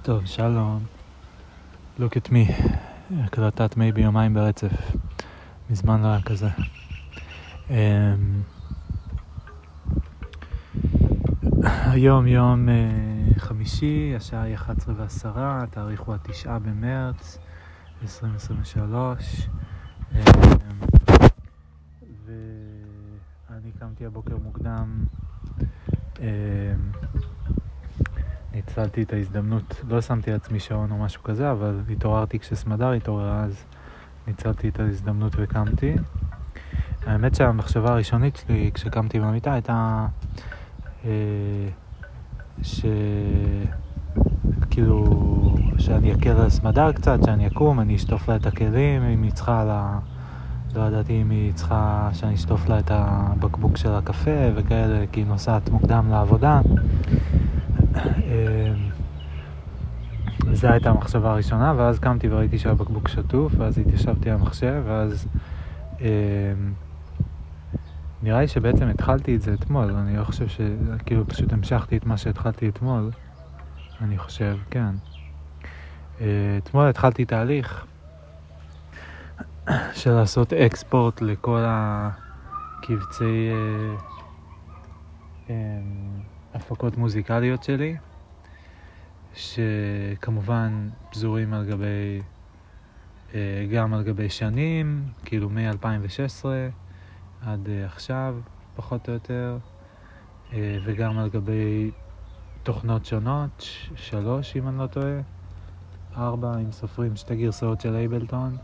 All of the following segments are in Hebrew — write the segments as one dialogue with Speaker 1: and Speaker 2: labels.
Speaker 1: טוב, שלום. Look at me. הקלטת מי ביומיים ברצף. מזמן לא היה כזה. היום יום חמישי, השעה היא 11:10, התאריך הוא 9 במרץ 2023. ואני קמתי הבוקר מוקדם. ניצלתי את ההזדמנות, לא שמתי לעצמי שעון או משהו כזה, אבל התעוררתי כשסמדר התעוררה, אז ניצלתי את ההזדמנות וקמתי. האמת שהמחשבה הראשונית שלי כשקמתי במיטה הייתה כאילו שאני אקל על סמדר קצת, שאני אקום, אני אשטוף לה את הכלים, אם היא צריכה לא ידעתי אם היא צריכה שאני אשטוף לה את הבקבוק של הקפה וכאלה, כי היא נוסעת מוקדם לעבודה. זו הייתה המחשבה הראשונה, ואז קמתי וראיתי שהבקבוק שטוף, ואז התיישבתי על המחשב, ואז נראה לי שבעצם התחלתי את זה אתמול, אני לא חושב כאילו פשוט המשכתי את מה שהתחלתי אתמול, אני חושב, כן. אתמול התחלתי תהליך של לעשות אקספורט לכל הקבצי הפקות מוזיקליות שלי, שכמובן פזורים על גבי, גם על גבי שנים, כאילו מ-2016 עד עכשיו, פחות או יותר, וגם על גבי תוכנות שונות, 3 אם אני לא טועה, 4 אם סופרים 2 גרסאות של אייבלטון,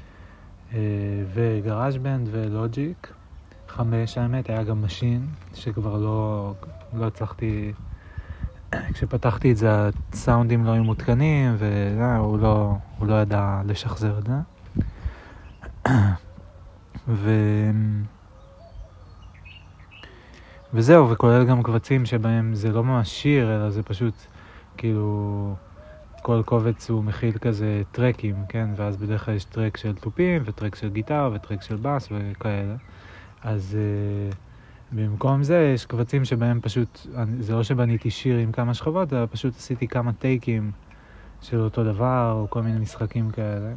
Speaker 1: וגראז' בנד ולוג'יק, 5 האמת, היה גם משין, שכבר לא הצלחתי, כשפתחתי את זה הסאונדים לא היו מותקנים, והוא לא ידע לשחזר את זה. וזהו, וכולל גם קבצים שבהם זה לא ממש שיר, אלא זה פשוט כאילו כל קובץ הוא מכיל כזה טרקים, כן? ואז בדרך כלל יש טרק של תופים וטרק של גיטר וטרק של בס וכאלה. אז במקום זה יש קבצים שבהם פשוט, זה לא שבניתי שיר עם כמה שכבות, אלא פשוט עשיתי כמה טייקים של אותו דבר או כל מיני משחקים כאלה.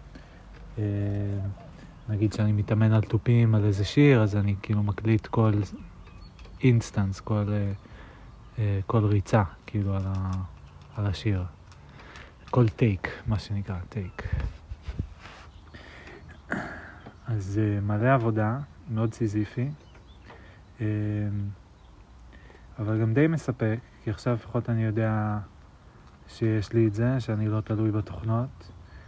Speaker 1: נגיד שאני מתאמן על תופים על איזה שיר, אז אני כאילו מקליט כל אינסטנס, כל ריצה כאילו על השיר. כל טייק, מה שנקרא טייק. אז מלא עבודה, מאוד סיזיפי, אבל גם די מספק, כי עכשיו לפחות אני יודע שיש לי את זה, שאני לא תלוי בתוכנות.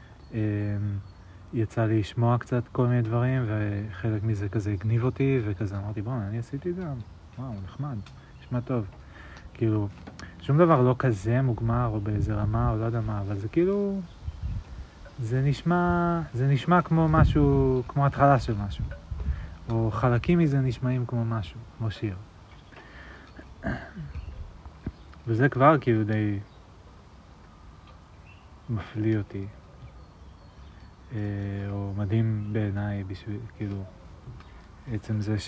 Speaker 1: יצא לי לשמוע קצת כל מיני דברים, וחלק מזה כזה הגניב אותי, וכזה אמרתי, בוא, אני עשיתי את זה, וואו, נחמד, נשמע טוב. כאילו, שום דבר לא כזה מוגמר, או באיזה רמה, או לא יודע מה, אבל זה כאילו, זה נשמע כמו משהו, כמו התחלה של משהו. או חלקים מזה נשמעים כמו משהו, כמו שיר. וזה כבר כאילו די מפליא אותי. או מדהים בעיניי בשביל, כאילו, עצם זה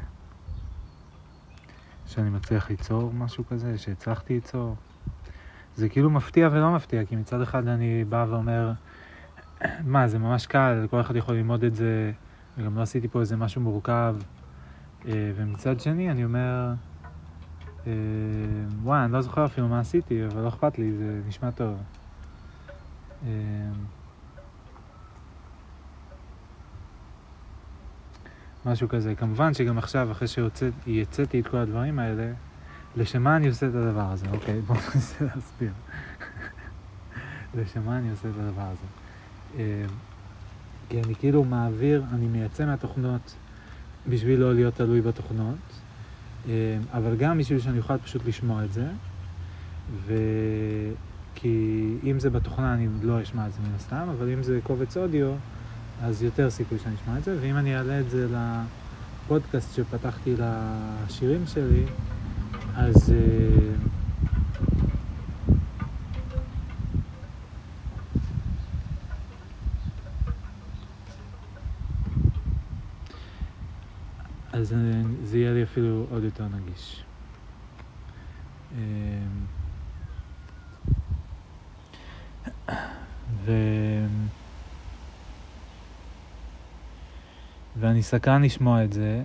Speaker 1: שאני מצליח ליצור משהו כזה, שהצלחתי ליצור. זה כאילו מפתיע ולא מפתיע, כי מצד אחד אני בא ואומר, מה, זה ממש קל, כל אחד יכול ללמוד את זה, וגם לא עשיתי פה איזה משהו מורכב. ומצד שני אני אומר, וואי, אני לא זוכר אפילו מה עשיתי, אבל לא אכפת לי, זה נשמע טוב. משהו כזה. כמובן שגם עכשיו, אחרי שיצאתי את כל הדברים האלה, לשמה אני עושה את הדבר הזה. אוקיי, בואו ננסה להסביר. לשמה אני עושה את הדבר הזה. כי אני כאילו מעביר, אני מייצא מהתוכנות בשביל לא להיות תלוי בתוכנות, אבל גם בשביל שאני אוכל פשוט לשמוע את זה, כי אם זה בתוכנה אני לא אשמע את זה מן הסתם, אבל אם זה קובץ אודיו, אז יותר סיכוי שאני אשמע את זה, ואם אני אעלה את זה לפודקאסט שפתחתי לשירים שלי, אז זה יהיה לי אפילו עוד יותר נגיש. ואני סקרן לשמוע את זה.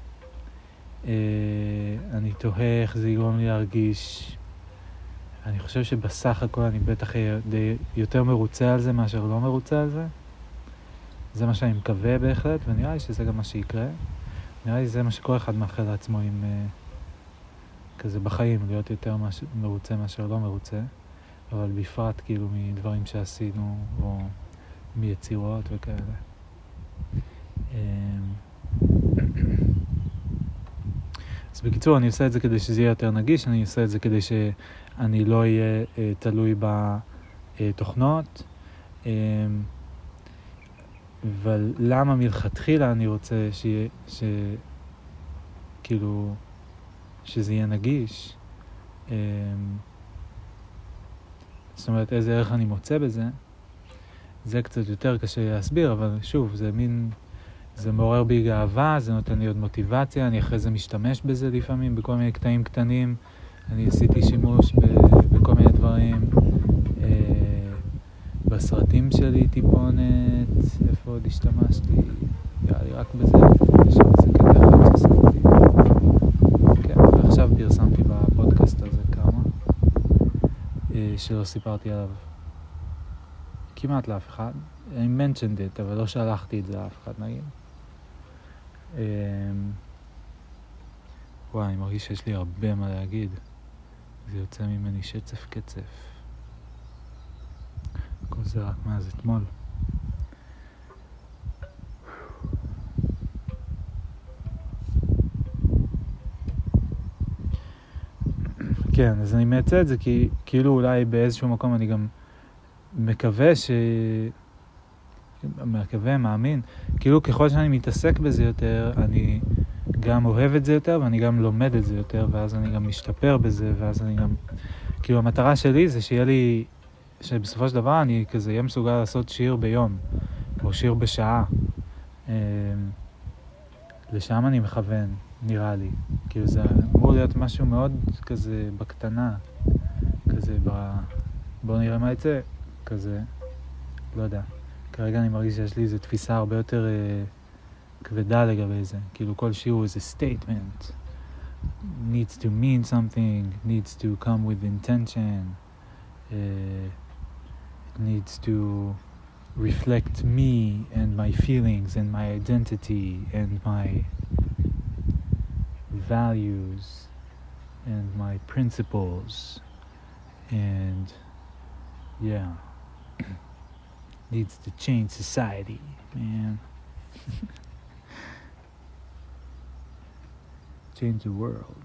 Speaker 1: אני תוהה איך זה יגרום לי להרגיש. אני חושב שבסך הכל אני בטח די יותר מרוצה על זה מאשר לא מרוצה על זה. זה מה שאני מקווה בהחלט, ונראה לי שזה גם מה שיקרה. נראה לי זה מה שכל אחד מאחל לעצמו עם כזה בחיים, להיות יותר מרוצה מאשר לא מרוצה, אבל בפרט כאילו מדברים שעשינו או מיצירות וכאלה. אז בקיצור, אני עושה את זה כדי שזה יהיה יותר נגיש, אני עושה את זה כדי שאני לא אהיה תלוי בתוכנות. אבל למה מלכתחילה אני רוצה כאילו שזה יהיה נגיש? זאת אומרת, איזה ערך אני מוצא בזה? זה קצת יותר קשה להסביר, אבל שוב, זה מעורר בי גאווה, זה נותן לי עוד מוטיבציה, אני אחרי זה משתמש בזה לפעמים, בכל מיני קטעים קטנים. אני עשיתי שימוש בכל מיני דברים, בסרטים שלי טיפונת, איפה עוד השתמשתי? יאללה, רק בזה, יש איזה קטע אחד שעשיתי. כן, ועכשיו פרסמתי בפודקאסט הזה כמה, שלא סיפרתי עליו כמעט לאף אחד. אני mentioned it, אבל לא שלחתי את זה לאף אחד, נגיד. וואי, אני מרגיש שיש לי הרבה מה להגיד. זה יוצא ממני שצף קצף. כל זה רק מאז אתמול. כן, אז אני מייצא את זה כי כאילו אולי באיזשהו מקום אני גם מקווה מאמין, כאילו ככל שאני מתעסק בזה יותר, אני גם אוהב את זה יותר, ואני גם לומד את זה יותר, ואז אני גם משתפר בזה, ואז אני גם, כאילו המטרה שלי זה שיהיה לי, שבסופו של דבר אני כזה אהיה מסוגל לעשות שיר ביום, או שיר בשעה. לשם אני מכוון, נראה לי. כאילו זה אמור להיות משהו מאוד כזה בקטנה, כזה בוא נראה מה יצא, כזה, לא יודע. כרגע אני מרגיש שיש לי איזו תפיסה הרבה יותר כבדה לגבי זה. כאילו כל שיר הוא איזה statement. Needs to mean something, needs to come with intention. It needs to reflect me and my feelings and my identity and my values and my principles. And yeah. Needs to change society, man. Change the world.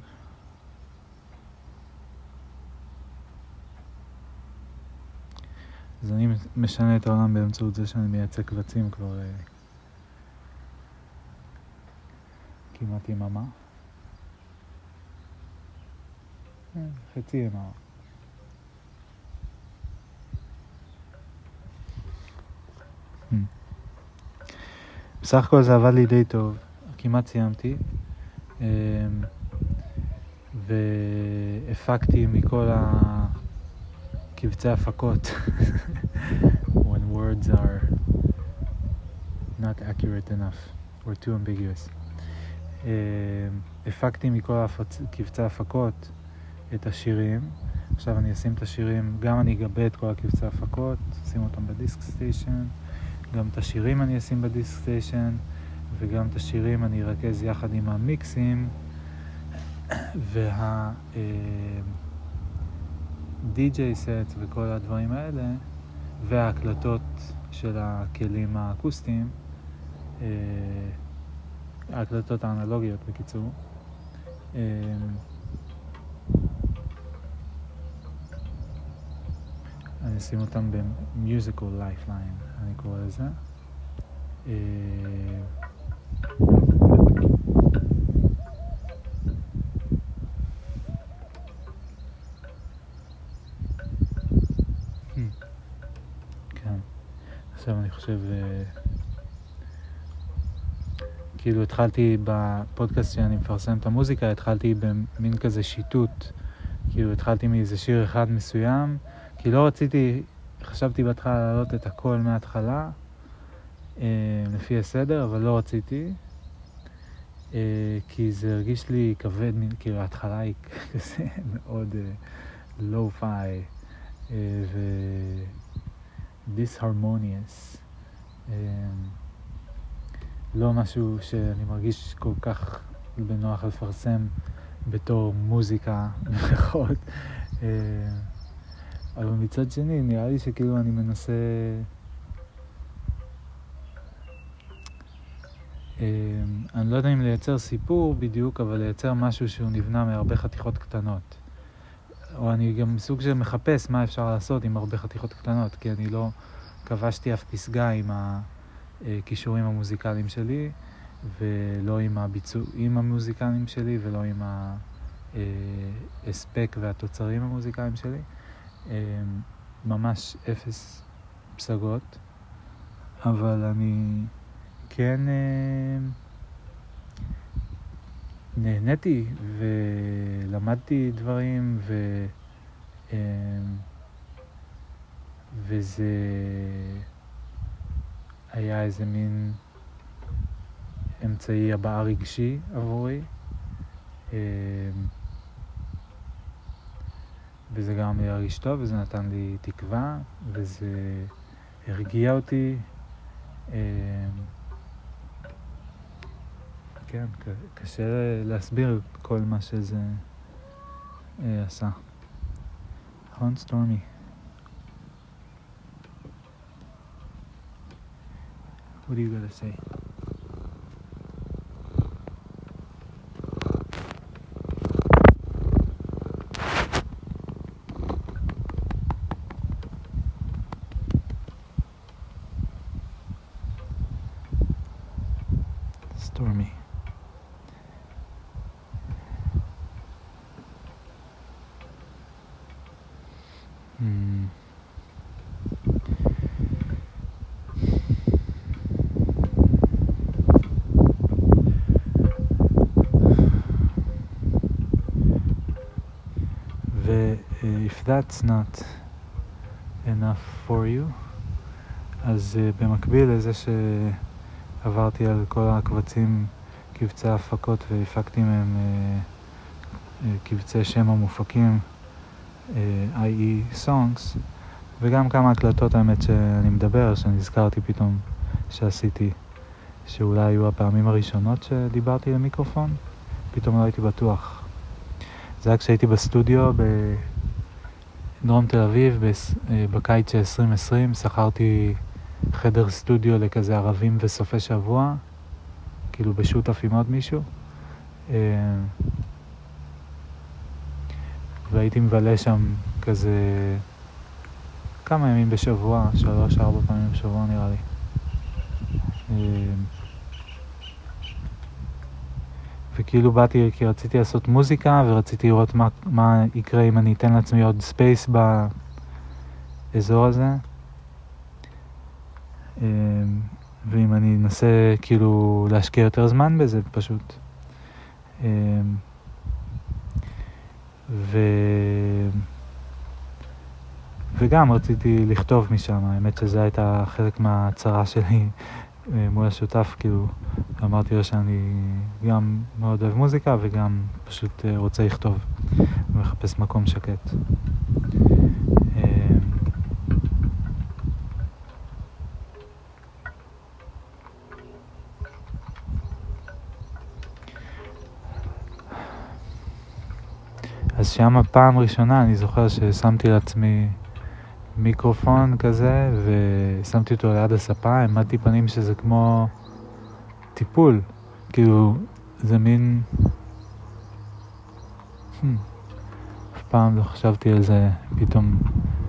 Speaker 1: אז אני משנה את העולם באמצעות זה שאני מייצא קבצים כבר כמעט יממה. חצי יממה. בסך הכל זה עבד לי די טוב, כמעט סיימתי, והפקתי מכל הקבצי הפקות when words are not accurate enough or too ambiguous. הפקתי מכל קבצי הפקות את השירים. עכשיו אני אשים את השירים, גם אני אגבה את כל הקבצי הפקות, אשים אותם בדיסק סטיישן, גם את השירים אני אשים בדיסק סטיישן, וגם את השירים אני ארכז יחד עם המיקסים, DJ סט וכל הדברים האלה, וההקלטות של הכלים האקוסטיים, ההקלטות האנלוגיות בקיצור. אני אשים אותם ב-Musical Lifeline, אני קורא לזה. כן. עכשיו אני חושב, כאילו התחלתי בפודקאסט שאני מפרסם את המוזיקה, התחלתי במין כזה שיטוט. כאילו התחלתי מאיזה שיר אחד מסוים, כי לא רציתי חשבתי בהתחלה להעלות את הכל מההתחלה, לפי הסדר, אבל לא רציתי, כי זה הרגיש לי כבד, כאילו ההתחלה היא כזה מאוד לואו-פיי ו-disharmonious. לא משהו שאני מרגיש כל כך בנוח לפרסם בתור מוזיקה מלכות. אבל מצד שני, נראה לי שכאילו אני מנסה אני לא יודע אם לייצר סיפור בדיוק, אבל לייצר משהו שהוא נבנה מהרבה חתיכות קטנות. או אני גם סוג של מחפש מה אפשר לעשות עם הרבה חתיכות קטנות, כי אני לא כבשתי אף פסגה עם הכישורים המוזיקליים שלי, ולא עם הביצועים המוזיקליים שלי, ולא עם ההספק והתוצרים המוזיקליים שלי. ממש אפס פסגות, אבל אני כן נהניתי ולמדתי דברים וזה היה איזה מין אמצעי הבעה רגשי עבורי, וזה גרם לי להרגיש טוב, וזה נתן לי תקווה, וזה הרגיע אותי. כן, קשה להסביר כל מה שזה עשה. נכון, סטורמי? What do you gotta say? Stormy. If that's not enough for you, אז במקביל לזה שעברתי על כל הקבצים, קבצי ההפקות, והפקתי מהם קבצי שם המופקים, i.e. songs, וגם כמה הקלטות האמת שאני מדבר, שנזכרתי פתאום שעשיתי, שאולי היו הפעמים הראשונות שדיברתי למיקרופון, פתאום לא הייתי בטוח. זה היה כשהייתי בסטודיו בדרום תל אביב, בקיץ של 2020, שכרתי חדר סטודיו לכזה ערבים וסופי שבוע, כאילו בשותף עם עוד מישהו, והייתי מבלה שם כזה כמה ימים בשבוע, 3-4 פעמים בשבוע נראה לי. וכאילו באתי כי רציתי לעשות מוזיקה, ורציתי לראות מה יקרה אם אני אתן לעצמי עוד ספייס באזור הזה, ואם אני אנסה כאילו להשקיע יותר זמן בזה פשוט. וגם רציתי לכתוב משם, האמת שזה הייתה חלק מהצרה שלי מול השותף, כאילו אמרתי לו שאני גם מאוד אוהב מוזיקה וגם פשוט רוצה לכתוב ומחפש מקום שקט. אז שם הפעם ראשונה אני זוכר ששמתי לעצמי מיקרופון כזה, ושמתי אותו ליד הספה, העמדתי פנים שזה כמו טיפול, כאילו זה מין אף פעם לא חשבתי על זה, פתאום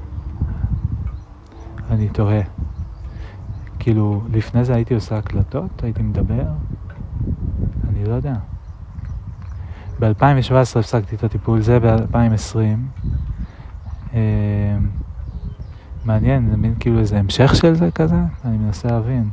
Speaker 1: אני תוהה, כאילו לפני זה הייתי עושה הקלטות, הייתי מדבר, אני לא יודע. ב-2017 הפסקתי את הטיפול, זה ב-2020. מעניין, זה מין כאילו איזה המשך של זה כזה, אני מנסה להבין.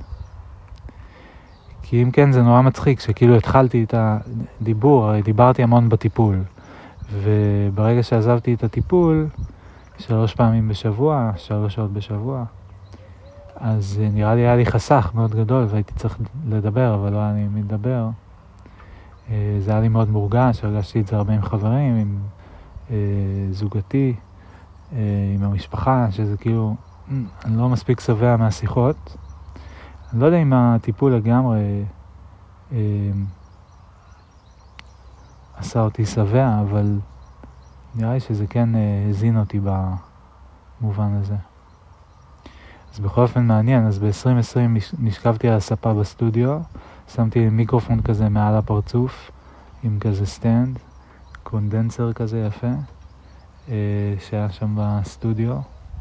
Speaker 1: כי אם כן זה נורא מצחיק, שכאילו התחלתי את הדיבור, הרי דיברתי המון בטיפול, וברגע שעזבתי את הטיפול, 3 פעמים בשבוע, 3 שעות בשבוע. אז נראה לי היה לי חסך מאוד גדול והייתי צריך לדבר, אבל לא היה לי מי לדבר. זה היה לי מאוד מורגש, הרגשתי את זה הרבה עם חברים, עם זוגתי, עם המשפחה, שזה כאילו, אני לא מספיק שבע מהשיחות. אני לא יודע אם הטיפול לגמרי עשה אותי שבע, אבל נראה לי שזה כן הזין אותי במובן הזה. אז בכל אופן מעניין, אז ב-2020 נשכבתי על הספה בסטודיו, שמתי מיקרופון כזה מעל הפרצוף, עם כזה סטנד, קונדנסר כזה יפה, שהיה שם בסטודיו,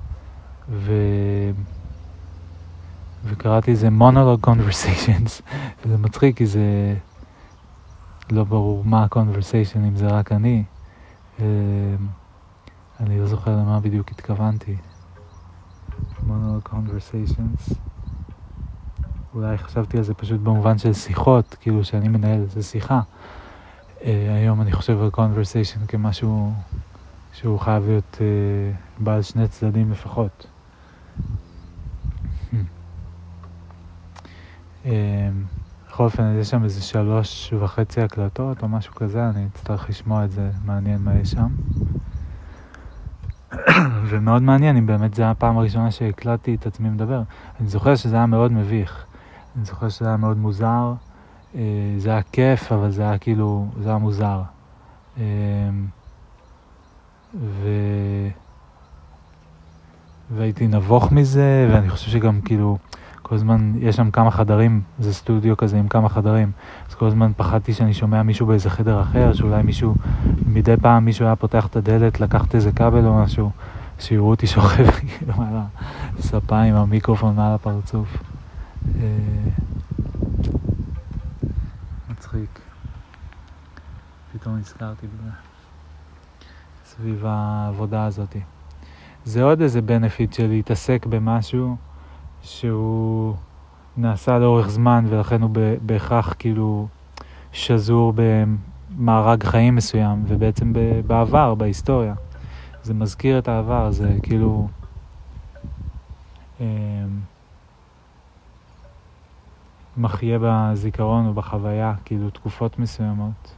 Speaker 1: וקראתי איזה monologue conversations, וזה מצחיק כי זה לא ברור מה ה-conversation, אם זה רק אני. אני לא זוכר למה בדיוק התכוונתי. monologue conversations. אולי חשבתי על זה פשוט במובן של שיחות, כאילו שאני מנהל איזה שיחה. היום אני חושב על conversation כמשהו שהוא חייב להיות בעל שני צדדים לפחות. בכל אופן, יש שם איזה 3.5 הקלטות או משהו כזה, אני אצטרך לשמוע את זה, מעניין מה יש שם. ומאוד מעניין אם באמת זה הפעם הראשונה שהקלטתי את עצמי מדבר. אני זוכר שזה היה מאוד מביך, אני זוכר שזה היה מאוד מוזר, זה היה כיף, אבל זה היה כאילו, זה היה מוזר. והייתי נבוך מזה, ואני חושב שגם כאילו, כל הזמן, יש שם כמה חדרים, זה סטודיו כזה עם כמה חדרים, אז כל הזמן פחדתי שאני שומע מישהו באיזה חדר אחר, שאולי מישהו, מדי פעם מישהו היה פותח את הדלת, לקחת איזה כבל או משהו, שיראו אותי שוכב על הספה עם המיקרופון מעל הפרצוף. מצחיק. פתאום נזכרתי בזה. סביב העבודה הזאת. זה עוד איזה בנפיט של להתעסק במשהו שהוא נעשה לאורך זמן, ולכן הוא בהכרח כאילו שזור במארג חיים מסוים, ובעצם בעבר, בהיסטוריה. זה מזכיר את העבר, זה כאילו מחיה בזיכרון או בחוויה, כאילו תקופות מסוימות.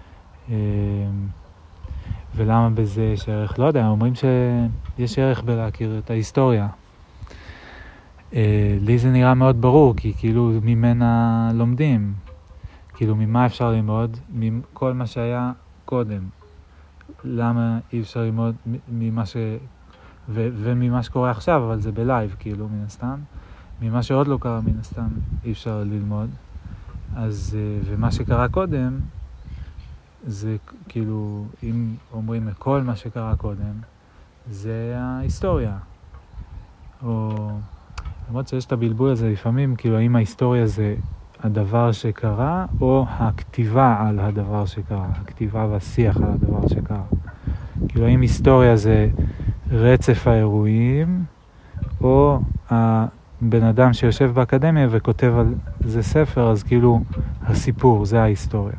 Speaker 1: ולמה בזה יש ערך? לא יודע, אומרים שיש ערך בלהכיר את ההיסטוריה. לי זה נראה מאוד ברור, כי כאילו ממנה לומדים. כאילו ממה אפשר ללמוד? מכל מה שהיה קודם. למה אי אפשר ללמוד ממה וממה שקורה עכשיו, אבל זה בלייב, כאילו, מן הסתם. ממה שעוד לא קרה, מן הסתם, אי אפשר ללמוד. אז, ומה שקרה קודם, זה כאילו, אם אומרים כל מה שקרה קודם, זה ההיסטוריה. או, למרות שיש את הבלבול הזה לפעמים, כאילו, האם ההיסטוריה זה הדבר שקרה, או הכתיבה על הדבר שקרה, הכתיבה והשיח על הדבר שקרה. כאילו, האם היסטוריה זה רצף האירועים, או הבן אדם שיושב באקדמיה וכותב על זה ספר, אז כאילו, הסיפור, זה ההיסטוריה.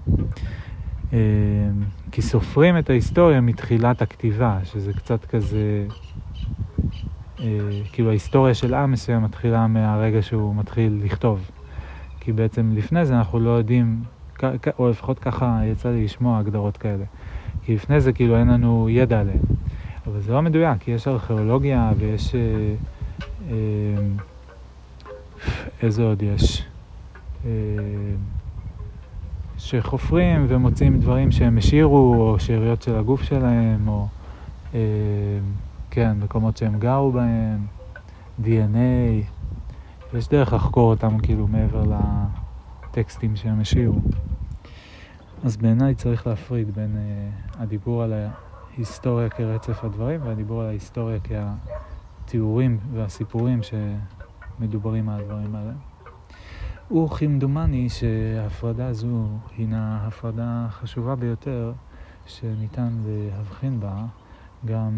Speaker 1: כי סופרים את ההיסטוריה מתחילת הכתיבה, שזה קצת כזה, כאילו ההיסטוריה של עם מסוים מתחילה מהרגע שהוא מתחיל לכתוב. כי בעצם לפני זה אנחנו לא יודעים, או לפחות ככה יצא לי לשמוע הגדרות כאלה. כי לפני זה כאילו אין לנו ידע עליהם. אבל זה לא מדויק, כי יש ארכיאולוגיה ויש, איזה עוד יש? שחופרים ומוצאים דברים שהם השאירו, או שאריות של הגוף שלהם, או כן, מקומות שהם גרו בהם, DNA. יש דרך לחקור אותם כאילו מעבר לטקסטים שהם השאירו. אז בעיניי צריך להפריד בין הדיבור על ההיסטוריה כרצף הדברים, והדיבור על ההיסטוריה כתיאורים והסיפורים שמדוברים על הדברים האלה. וכמדומני שההפרדה הזו הינה הפרדה חשובה ביותר שניתן להבחין בה גם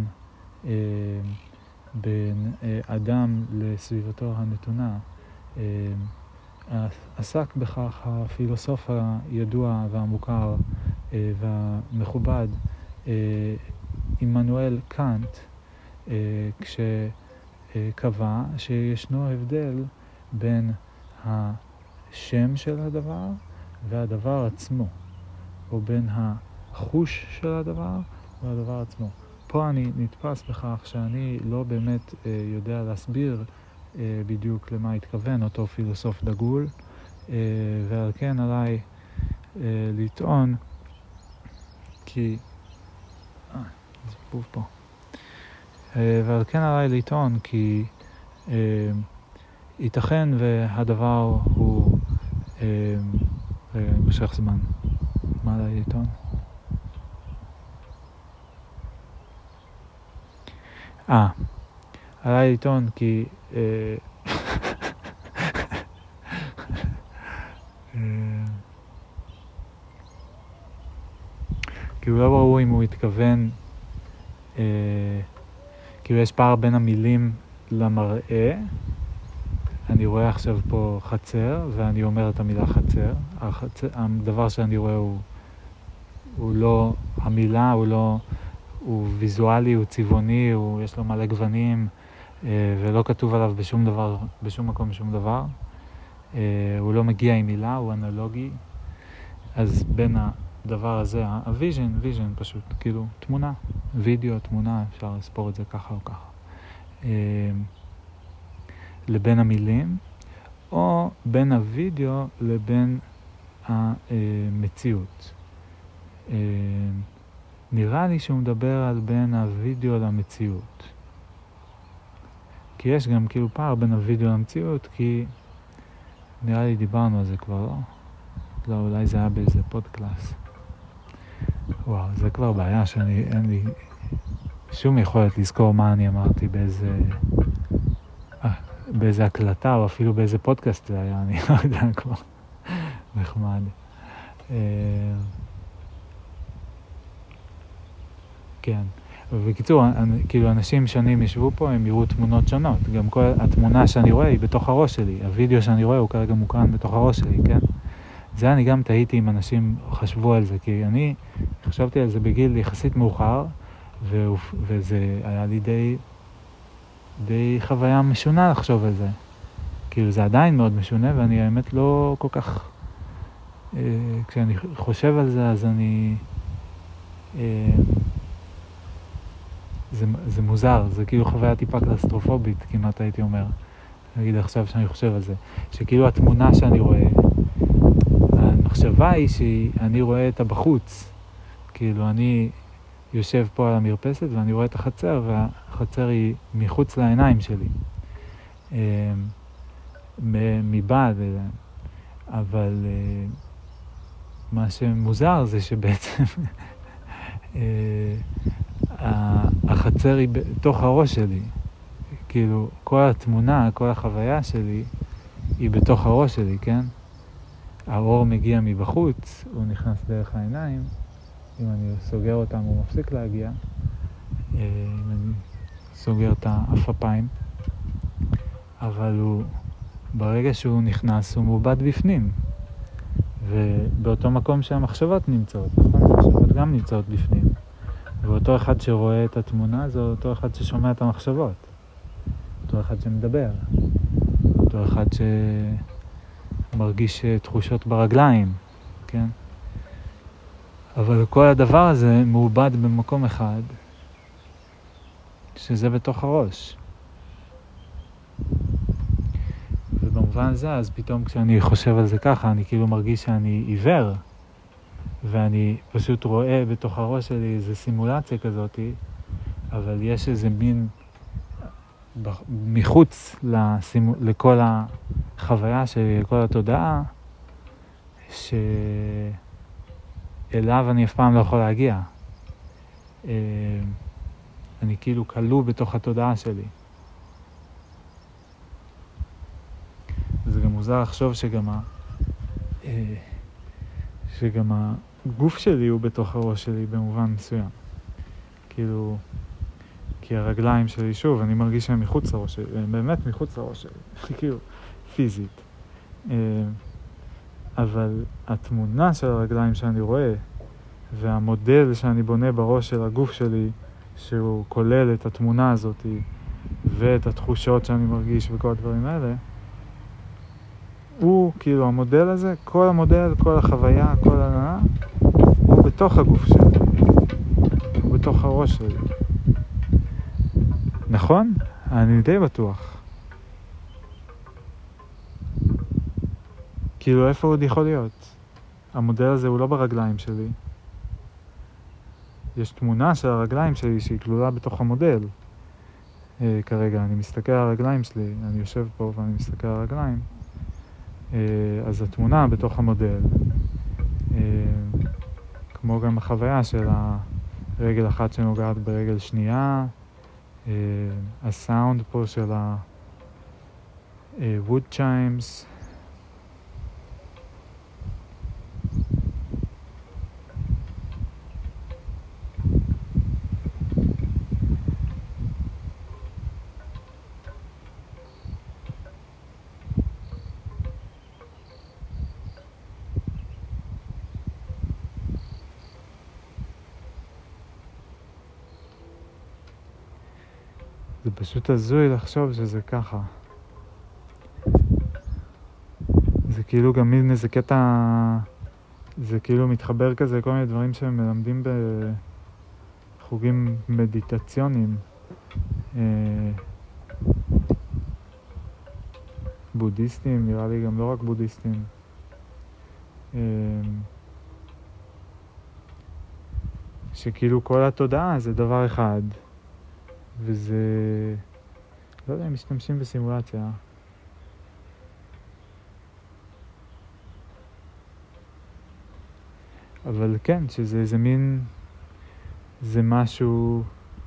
Speaker 1: בין אדם לסביבתו הנתונה. עסק בכך הפילוסוף הידוע והמוכר והמכובד עמנואל קאנט, כשקבע שישנו הבדל בין השם של הדבר והדבר עצמו, או בין החוש של הדבר והדבר עצמו. פה אני נתפס בכך שאני לא באמת יודע להסביר בדיוק למה התכוון אותו פילוסוף דגול, ועל כן עליי לטעון כי זה בוב פה. ועל כן עליי לטעון כי ייתכן והדבר הוא רגע, אני משך זמן. מה עליי לטעון? עליי לטעון כי כאילו לא ברור אם הוא התכוון, כאילו יש פער בין המילים למראה. אני רואה עכשיו פה חצר, ואני אומר את המילה חצר. הדבר שאני רואה הוא לא, המילה הוא ויזואלי, הוא צבעוני, יש לו מלא גוונים, ולא כתוב עליו בשום דבר, בשום מקום שום דבר. הוא לא מגיע עם מילה, הוא אנלוגי. אז בין הדבר הזה, הוויז'ן פשוט, כאילו תמונה, וידאו, תמונה, אפשר לספור את זה ככה או ככה. לבין המילים, או בין הווידאו לבין המציאות. נראה לי שהוא מדבר על בין הווידאו למציאות. כי יש גם כאילו פער בין הווידאו למציאות, כי נראה לי דיברנו על זה כבר, לא? לא, אולי זה היה באיזה פודקלאס. וואו, זה כבר בעיה אין לי שום יכולת לזכור מה אני אמרתי באיזה הקלטה, או אפילו באיזה פודקאסט זה היה, אני לא יודע כבר. נחמד. כן. ובקיצור, כאילו אנשים שונים ישבו פה, הם יראו תמונות שונות. גם כל התמונה שאני רואה היא בתוך הראש שלי. הווידאו שאני רואה הוא כרגע מוקרן בתוך הראש שלי, כן? זה אני גם תהיתי אם אנשים חשבו על זה, כי אני חשבתי על זה בגיל יחסית מאוחר, וזה היה לי די חוויה משונה לחשוב על זה. כאילו זה עדיין מאוד משונה, ואני האמת לא כל כך, כשאני חושב על זה, אז זה מוזר, זה כאילו חוויה טיפה קטסטרופובית, כמעט הייתי אומר. נגיד עכשיו שאני חושב על זה, שכאילו התמונה שאני רואה, המחשבה היא שאני רואה את הבחוץ, כאילו אני יושב פה על המרפסת ואני רואה את החצר, והחצר היא מחוץ לעיניים שלי, מבעד, אבל מה שמוזר זה שבעצם החצר היא בתוך הראש שלי, כאילו כל התמונה, כל החוויה שלי היא בתוך הראש שלי, כן? האור מגיע מבחוץ, הוא נכנס דרך העיניים, אם אני סוגר אותם הוא מפסיק להגיע, אם אני סוגר את האפיים, אבל ברגע שהוא נכנס הוא מובד בפנים, ובאותו מקום שהמחשבות נמצאות, נכון? המחשבות גם נמצאות בפנים, ואותו אחד שרואה את התמונה זה אותו אחד ששומע את המחשבות, אותו אחד שמדבר, אותו אחד שמרגיש תחושות ברגליים, כן? אבל כל הדבר הזה מעובד במקום אחד, שזה בתוך הראש. ובמובן הזה, אז פתאום כשאני חושב על זה ככה, אני כאילו מרגיש שאני עיוור, ואני פשוט רואה בתוך הראש שלי איזו סימולציה כזאת, אבל יש איזה מין מחוץ לכל החוויה שלי, לכל התודעה, שאליו אני אף פעם לא יכול להגיע. אני כאילו כלוא בתוך התודעה שלי. זה גם מוזר לחשוב שגם הגוף שלי הוא בתוך הראש שלי במובן מסוים. כאילו, כי הרגליים שלי, שוב, אני מרגיש שהם מחוץ לראש שלי, הם באמת מחוץ לראש שלי, כאילו, פיזית. אבל התמונה של הרגליים שאני רואה, והמודל שאני בונה בראש של הגוף שלי, שהוא כולל את התמונה הזאת ואת התחושות שאני מרגיש וכל הדברים האלה, הוא כאילו המודל הזה, כל המודל, כל החוויה, כל הנאה, הוא בתוך הגוף שלי, הוא בתוך הראש שלי. נכון? אני די בטוח. כאילו איפה עוד יכול להיות? המודל הזה הוא לא ברגליים שלי. יש תמונה של הרגליים שלי שהיא כלולה בתוך המודל. כרגע אני מסתכל על הרגליים שלי, אני יושב פה ואני מסתכל על הרגליים. אז התמונה בתוך המודל. כמו גם החוויה של הרגל אחת שנוגעת ברגל שנייה. הסאונד פה של wood chimes. זה פשוט הזוי לחשוב שזה ככה. זה כאילו גם מין איזה קטע, זה כאילו מתחבר כזה כל מיני דברים שהם מלמדים בחוגים מדיטציוניים. בודהיסטים, נראה לי גם לא רק בודהיסטים. שכאילו כל התודעה זה דבר אחד. וזה, לא יודע אם משתמשים בסימולציה. אבל כן, שזה איזה מין, זה משהו,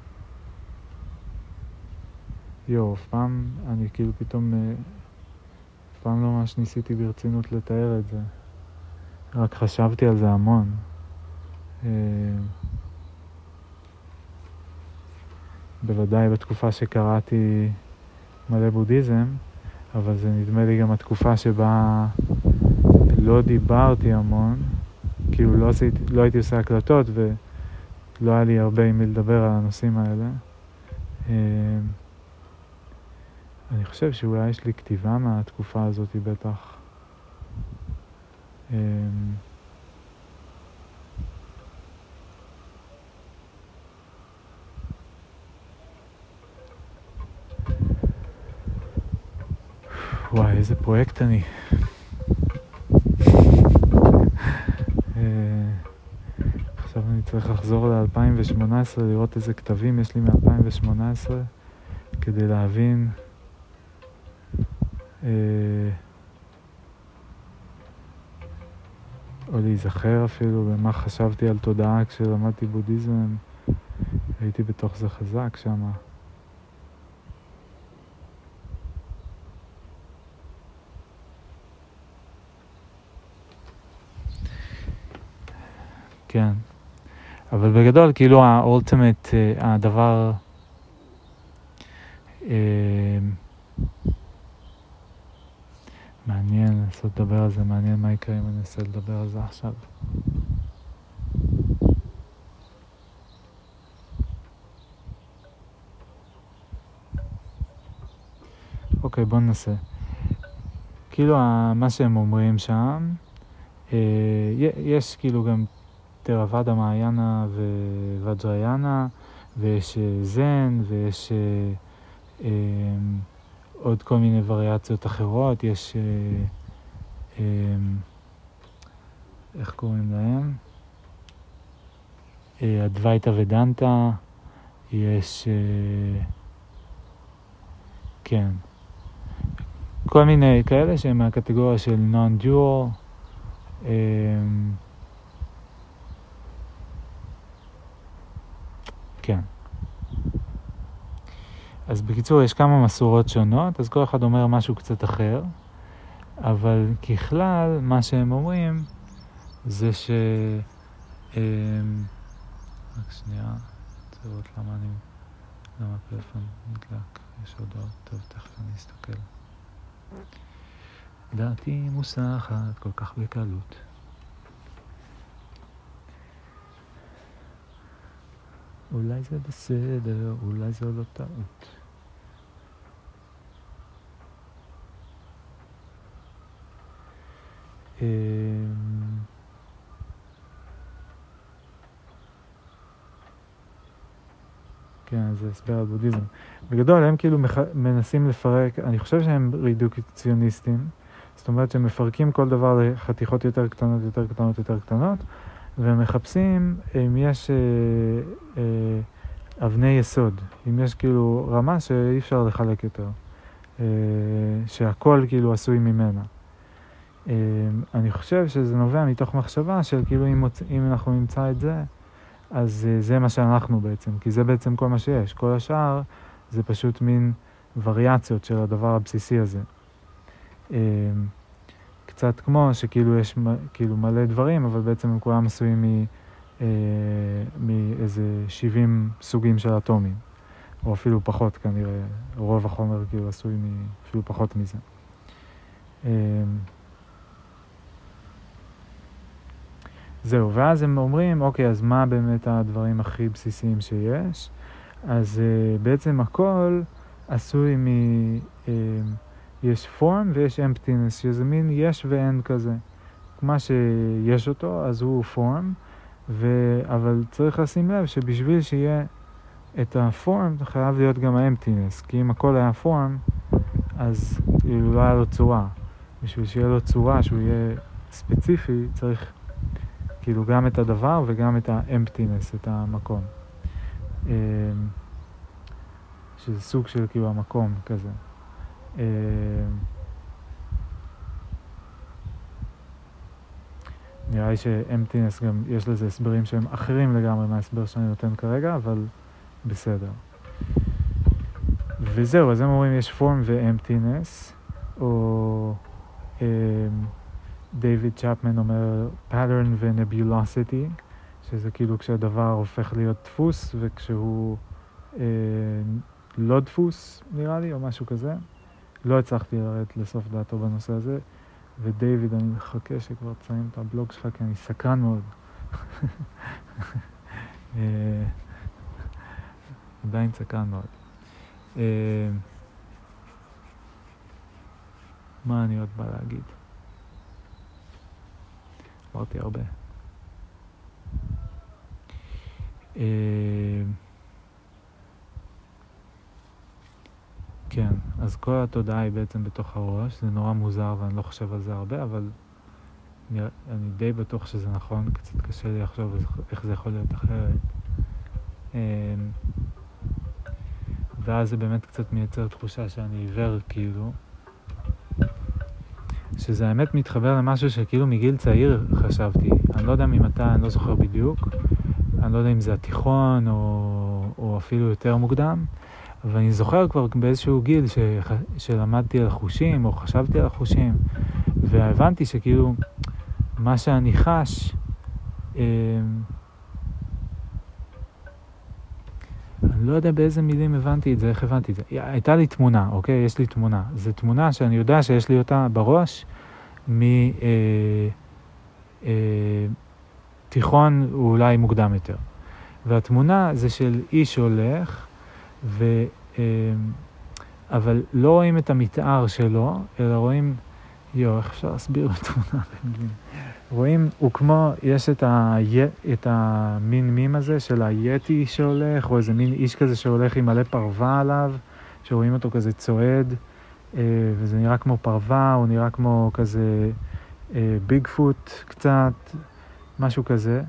Speaker 1: אף פעם, אני כאילו פתאום, אף פעם לא ממש ניסיתי ברצינות לתאר את זה. רק חשבתי על זה המון. בוודאי בתקופה שקראתי מלא בודהיזם, אבל זה נדמה לי גם התקופה שבה לא דיברתי המון, כאילו לא הייתי עושה הקלטות ולא היה לי הרבה עם מי לדבר על הנושאים האלה. אני חושב שאולי יש לי כתיבה מהתקופה הזאת בטח. וואי, איזה פרויקט אני. עכשיו אני צריך לחזור ל-2018, לראות איזה כתבים יש לי מ-2018, כדי להבין או להיזכר אפילו במה חשבתי על תודעה כשלמדתי בודהיזם. הייתי בתוך זה חזק שמה. כן. אבל בגדול, כאילו האולטימט, הדבר מעניין לנסות לדבר על זה, מעניין מה יקרה אם אני אנסה לדבר על זה עכשיו. אוקיי, בוא ננסה. כאילו מה שהם אומרים שם, יש כאילו גם תרוואדה מעיינה ווג'ריינה, ויש זן, ויש עוד כל מיני וריאציות אחרות. יש איך קוראים להם? אדווייתא ודנטה, יש כן, כל מיני כאלה שהם מהקטגוריה של non-dual. כן. אז בקיצור, יש כמה מסורות שונות, אז כל אחד אומר משהו קצת אחר, אבל ככלל, מה שהם אומרים זה רק שנייה, צריך לראות למה הפלאפון נדלק, יש הודעות, טוב, תכף אני אסתכל. דעתי מוסחת כל כך בקלות. אולי זה בסדר, אולי זה לא טעות. כן, זה הסבר על בודהיזם. בגדול הם כאילו מנסים לפרק, אני חושב שהם רידוקציוניסטים, זאת אומרת שהם מפרקים כל דבר לחתיכות יותר קטנות, יותר קטנות, יותר קטנות, והם מחפשים אם יש אבני יסוד, אם יש כאילו רמה שאי אפשר לחלק יותר, שהכל כאילו עשוי ממנה. אני חושב שזה נובע מתוך מחשבה של כאילו אם אנחנו נמצא את זה, אז זה מה שאנחנו בעצם, כי זה בעצם כל מה שיש. כל השאר זה פשוט מין וריאציות של הדבר הבסיסי הזה. קצת כמו שכאילו יש כאילו מלא דברים, אבל בעצם הם כולם עשויים מאיזה 70 סוגים של אטומים, או אפילו פחות כנראה, רוב החומר כאילו עשוי אפילו פחות מזה. זהו, ואז הם אומרים, אוקיי, אז מה באמת הדברים הכי בסיסיים שיש? אז בעצם הכל עשוי יש פורם ויש emptiness, שזה מין יש ואין כזה. מה שיש אותו, אז הוא פורם, אבל צריך לשים לב שבשביל שיהיה את הפורם, חייב להיות גם ה-emptiness, כי אם הכל היה פורם, אז לא היה לו צורה. בשביל שיהיה לו צורה, שהוא יהיה ספציפי, צריך כאילו גם את הדבר וגם את ה-emptiness, את המקום. שזה סוג של כאילו המקום כזה. נראה לי ש-emptiness גם יש לזה הסברים שהם אחרים לגמרי מההסבר שאני נותן כרגע, אבל בסדר. וזהו, אז הם אומרים יש form ו-emptiness, או דיוויד צ'פמן אומר pattern ו-nebulosity, שזה כאילו כשהדבר הופך להיות דפוס, וכשהוא לא דפוס, נראה לי, או משהו כזה. לא הצלחתי לרדת לסוף דעתו בנושא הזה, ודייוויד, אני מחכה שכבר תסיים את הבלוג שלך, כי אני סקרן מאוד. עדיין סקרן מאוד. מה אני עוד בא להגיד? אמרתי הרבה. כן, אז כל התודעה היא בעצם בתוך הראש, זה נורא מוזר ואני לא חושב על זה הרבה, אבל אני די בטוח שזה נכון, קצת קשה לי לחשוב איך זה יכול להיות אחרת. ואז זה באמת קצת מייצר תחושה שאני עיוור כאילו, שזה האמת מתחבר למשהו שכאילו מגיל צעיר חשבתי, אני לא יודע ממתי, אני לא זוכר בדיוק, אני לא יודע אם זה התיכון או אפילו יותר מוקדם, אבל אני זוכר כבר באיזשהו גיל שלמדתי על החושים או חשבתי על החושים, והבנתי שכאילו מה שאני חש, אני לא יודע באיזה מילים הבנתי את זה, איך הבנתי את זה. הייתה לי תמונה, אוקיי? יש לי תמונה. זו תמונה שאני יודע שיש לי אותה בראש מתיכון אולי מוקדם יותר. והתמונה זה של איש הולך, אבל לא רואים את המתאר שלו, אלא רואים, איך אפשר להסביר בתמונה? רואים, הוא כמו, יש את המין מים הזה של היתי שהולך, או איזה מין איש כזה שהולך עם מלא פרווה עליו, שרואים אותו כזה צועד, וזה נראה כמו פרווה, הוא נראה כמו כזה ביג פוט קצת, משהו כזה.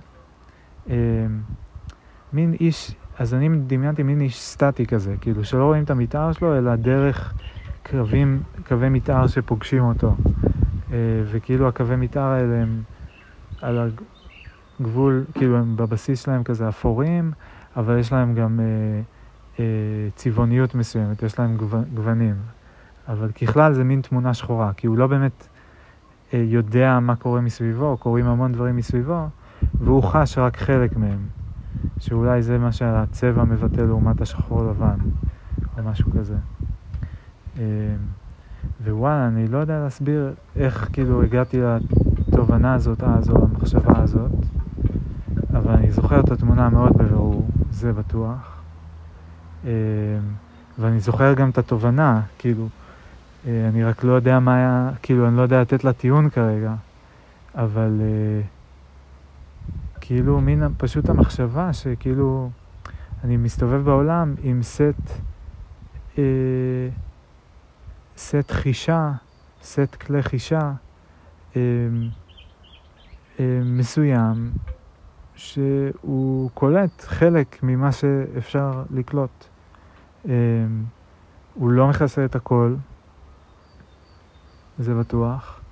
Speaker 1: מין איש, אז אני דמיינתי מין איש סטטי כזה, כאילו שלא רואים את המתאר שלו, אלא דרך קווי מתאר שפוגשים אותו. וכאילו הקווי מתאר האלה הם על הגבול, כאילו הם בבסיס שלהם כזה אפורים, אבל יש להם גם צבעוניות מסוימת, יש להם גוונים. אבל ככלל זה מין תמונה שחורה, כי הוא לא באמת יודע מה קורה מסביבו, קורים המון דברים מסביבו, והוא חש רק חלק מהם. שאולי זה מה שהצבע מבטא לעומת השחור לבן, או משהו כזה. ווואלה, אני לא יודע להסביר איך כאילו הגעתי לתובנה הזאת, למחשבה הזאת, אבל אני זוכר את התמונה מאוד בבירור, זה בטוח. ואני זוכר גם את התובנה, כאילו, אני רק לא יודע מה היה, כאילו, אני לא יודע לתת לה טיעון כרגע, אבל כאילו, פשוט המחשבה שכאילו, אני מסתובב בעולם עם סט חישה, סט כלי חישה מסוים, שהוא קולט חלק ממה שאפשר לקלוט. הוא לא מכסה את הכל, זה בטוח.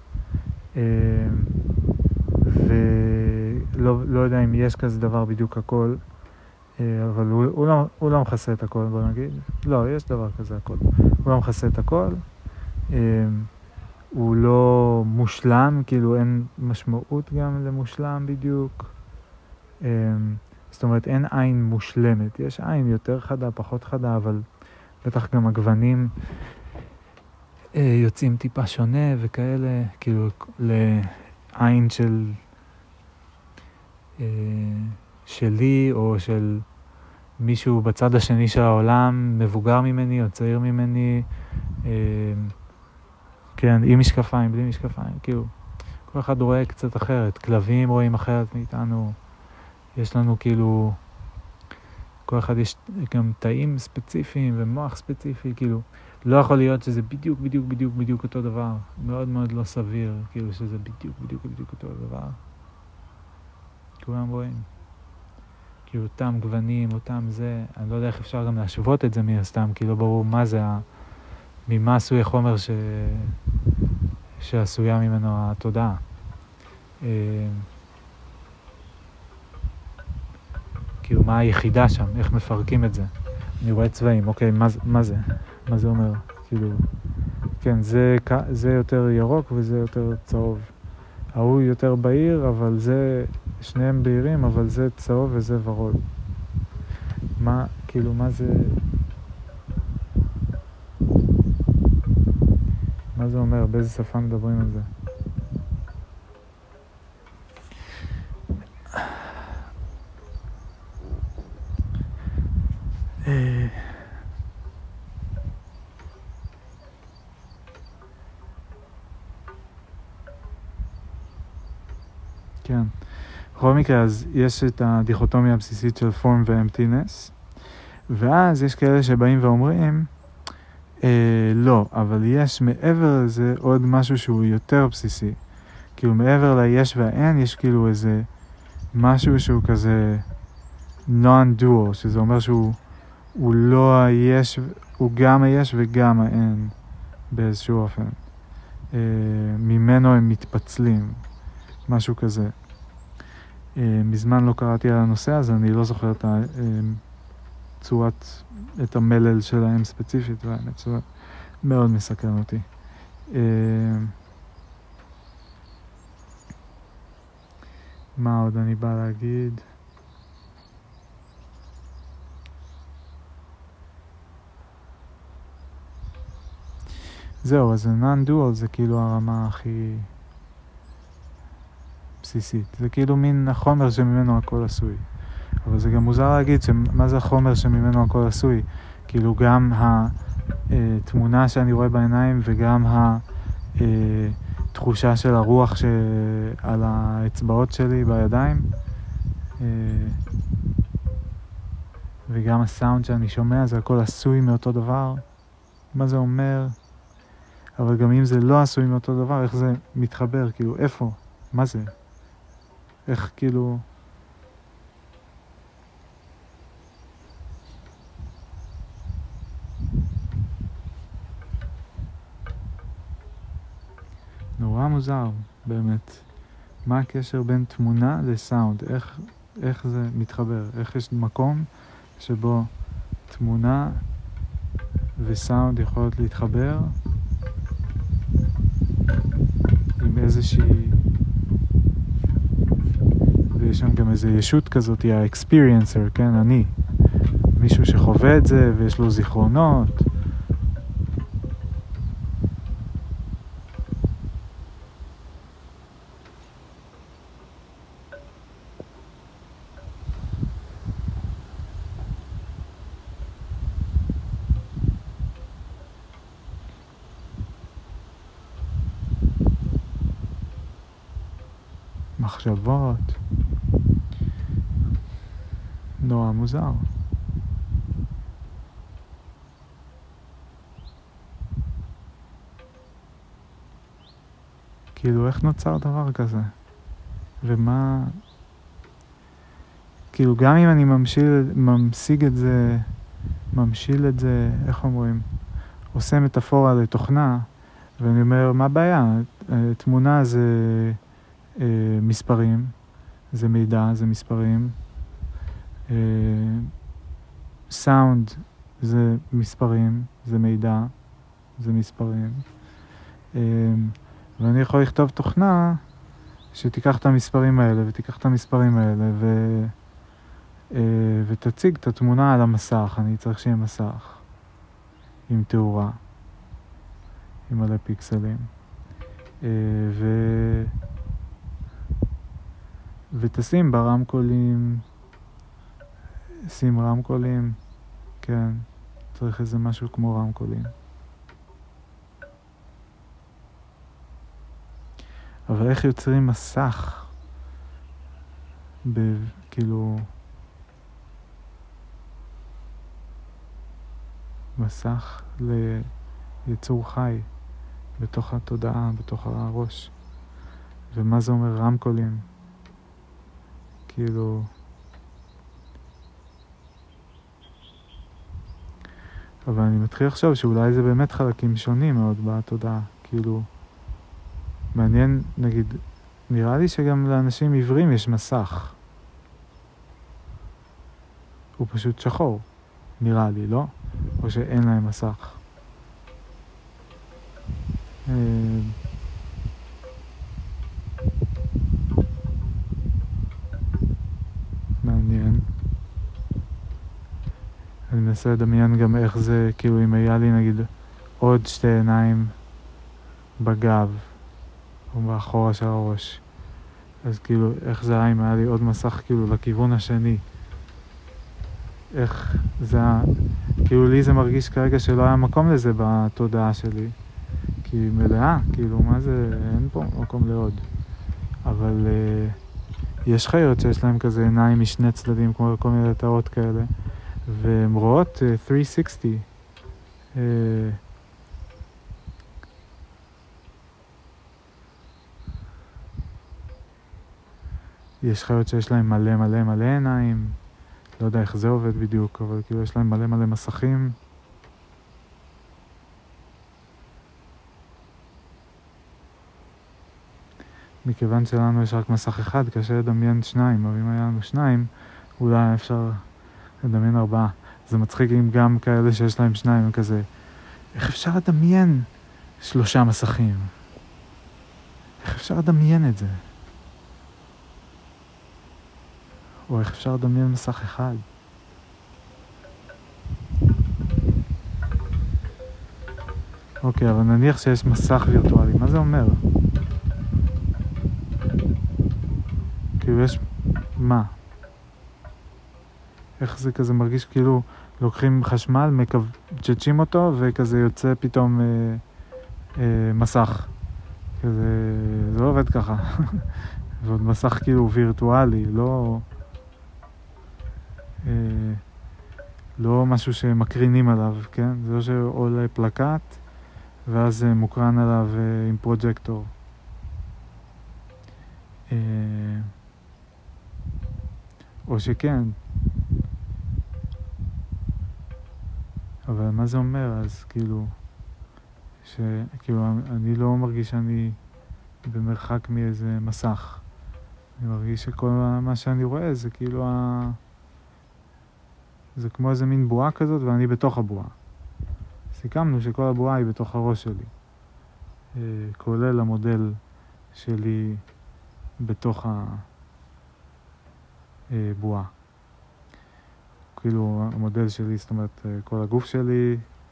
Speaker 1: ולא יודע אם יש כזה דבר בדיוק הכל, אבל הוא לא מכסה את הכל, בוא נגיד. לא, יש דבר כזה הכל. הוא לא מכסה את הכל. הוא לא מושלם, כאילו אין משמעות גם למושלם בדיוק. זאת אומרת, אין עין מושלמת. יש עין יותר חדה, פחות חדה, אבל בטח גם הגוונים יוצאים טיפה שונה וכאלה, כאילו לעין שלי או של מישהו בצד השני של העולם, מבוגר ממני או צעיר ממני, כן, עם משקפיים, בלי משקפיים, כאילו, כל אחד רואה קצת אחרת, כלבים רואים אחרת מאיתנו, יש לנו כאילו, כל אחד יש גם תאים ספציפיים ומוח ספציפי, כאילו, לא יכול להיות שזה בדיוק אותו דבר, מאוד מאוד לא סביר, כאילו שזה בדיוק אותו דבר. כולם רואים. כאילו אותם גוונים, אותם זה, אני לא יודע איך אפשר גם להשוות את זה מהסתם, כי לא ברור מה זה, ממה עשוי החומר שעשויה ממנו התודעה. כאילו מה היחידה שם, איך מפרקים את זה. אני רואה צבעים, אוקיי, מה זה? מה זה אומר? כאילו, כן, זה יותר ירוק וזה יותר צהוב. ההוא יותר בהיר, אבל זה, שניהם בהירים, אבל זה צהוב וזה ורוד. מה, כאילו, מה זה... מה זה אומר? באיזה שפה מדברים על זה? כן. בכל מקרה, אז יש את הדיכוטומיה הבסיסית של form ו-emptiness, ואז יש כאלה שבאים ואומרים, לא, אבל יש מעבר לזה עוד משהו שהוא יותר בסיסי. כאילו מעבר ליש והאין, יש כאילו איזה משהו שהוא כזה non-dual, שזה אומר שהוא לא היש, הוא גם היש וגם האין באיזשהו אופן. ממנו הם מתפצלים, משהו כזה. מזמן לא קראתי על הנושא, אז אני לא זוכר את המלל שלהם ספציפית, והאמת שזה מאוד מסקרן אותי. מה עוד אני בא להגיד? זהו, אז non-dual זה כאילו הרמה הכי בסיסית. זה כאילו מין החומר שממנו הכל עשוי. אבל זה גם מוזר להגיד מה זה החומר שממנו הכל עשוי. כאילו גם התמונה שאני רואה בעיניים וגם התחושה של הרוח על האצבעות שלי בידיים וגם הסאונד שאני שומע, זה הכל עשוי מאותו דבר. מה זה אומר? אבל גם אם זה לא עשוי מאותו דבר, איך זה מתחבר? כאילו, איפה? מה זה? איך כאילו... נורא מוזר, באמת. מה הקשר בין תמונה לסאונד? איך זה מתחבר? איך יש מקום שבו תמונה וסאונד יכולות להתחבר עם איזושהי... ויש שם גם איזו ישות כזאת, היא ה-experiencer, כן, אני. מישהו שחווה את זה ויש לו זיכרונות. מחשבות. נורא מוזר. כאילו, איך נוצר דבר כזה? ומה... כאילו, גם אם אני ממשיל את זה, איך אומרים? עושה מטאפורה לתוכנה, ואני אומר, מה הבעיה? תמונה זה מספרים, זה מידע, זה מספרים. סאונד זה מספרים, זה מידע, זה מספרים. ואני יכול לכתוב תוכנה שתיקח את המספרים האלה ותיקח את המספרים האלה ותציג את התמונה על המסך. אני צריך שיהיה מסך עם תאורה, עם מלא פיקסלים. ותשים ברמקולים, שים רמקולים, כן, צריך איזה משהו כמו רמקולים. אבל איך יוצרים מסך? כאילו... מסך ליצור חי בתוך התודעה, בתוך הראש. ומה זה אומר רמקולים? כאילו... אבל אני מתחיל לחשוב שאולי זה באמת חלקים שונים מאוד בתודעה. כאילו... מעניין, נגיד, נראה לי שגם לאנשים עיוורים יש מסך. הוא פשוט שחור, נראה לי, לא? או שאין להם מסך. מעניין. אני מנסה לדמיין גם איך זה, כאילו אם היה לי נגיד עוד שתי עיניים בגב, או באחורה של הראש. אז כאילו, איך זה היה אם היה לי עוד מסך כאילו לכיוון השני? איך זה היה... כאילו לי זה מרגיש כרגע שלא היה מקום לזה בתודעה שלי. כי מלאה, כאילו מה זה, אין פה מקום לעוד. אבל יש חיות שיש להם כזה עיניים משני צדדים, כמו כל מיני תאות כאלה. והן רואות 360. יש חיות שיש להם מלא מלא מלא עיניים, לא יודע איך זה עובד בדיוק, אבל כאילו יש להם מלא מלא מסכים. מכיוון שלנו יש רק מסך אחד, קשה לדמיין שניים, אבל אם היה לנו שניים, אולי אפשר לדמיין 4. זה מצחיק אם גם כאלה שיש להם שניים, הם כזה, איך אפשר לדמיין 3 מסכים? איך אפשר לדמיין את זה? או איך אפשר לדמיין מסך אחד? אוקיי, אבל נניח שיש מסך וירטואלי, מה זה אומר? כאילו יש... מה? איך זה כזה מרגיש כאילו לוקחים חשמל, מקבצ'צ'ים אותו וכזה יוצא פתאום מסך. כזה... זה לא עובד ככה. ועוד מסך כאילו וירטואלי, לא משהו שמקרינים עליו, כן? זה לא שעולה פלקט ואז מוקרן עליו עם פרוג'קטור. או שכן. אבל מה זה אומר? אז כאילו, אני לא מרגיש שאני במרחק מאיזה מסך. אני מרגיש שכל מה שאני רואה זה כאילו זה כמו איזה מין בועה כזאת ואני בתוך הבועה. סיכמנו שכל הבועה היא בתוך הראש שלי. כולל המודל שלי בתוך הבועה. כאילו המודל שלי, זאת אומרת, כל הגוף שלי,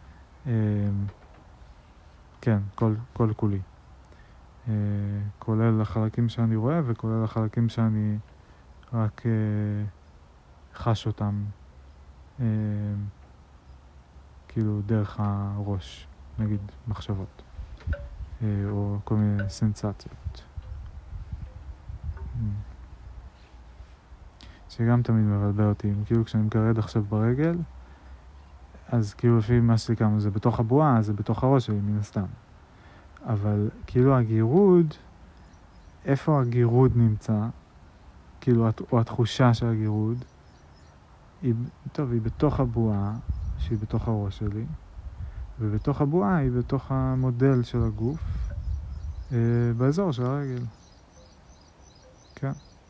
Speaker 1: כן, כל כולי. כולל החלקים שאני רואה וכולל החלקים שאני רק חש אותם כאילו דרך הראש, נגיד מחשבות או כל מיני סנסציות. שגם תמיד מבלבל אותי, כאילו כשאני מגרד עכשיו ברגל, אז כאילו לפי מה שסיכמנו זה בתוך הבועה, זה בתוך הראש שלי מן הסתם. אבל כאילו הגירוד, איפה הגירוד נמצא? כאילו, או התחושה של הגירוד, היא בתוך הבועה, שהיא בתוך הראש שלי, ובתוך הבועה היא בתוך המודל של הגוף, באזור של הרגל. כן.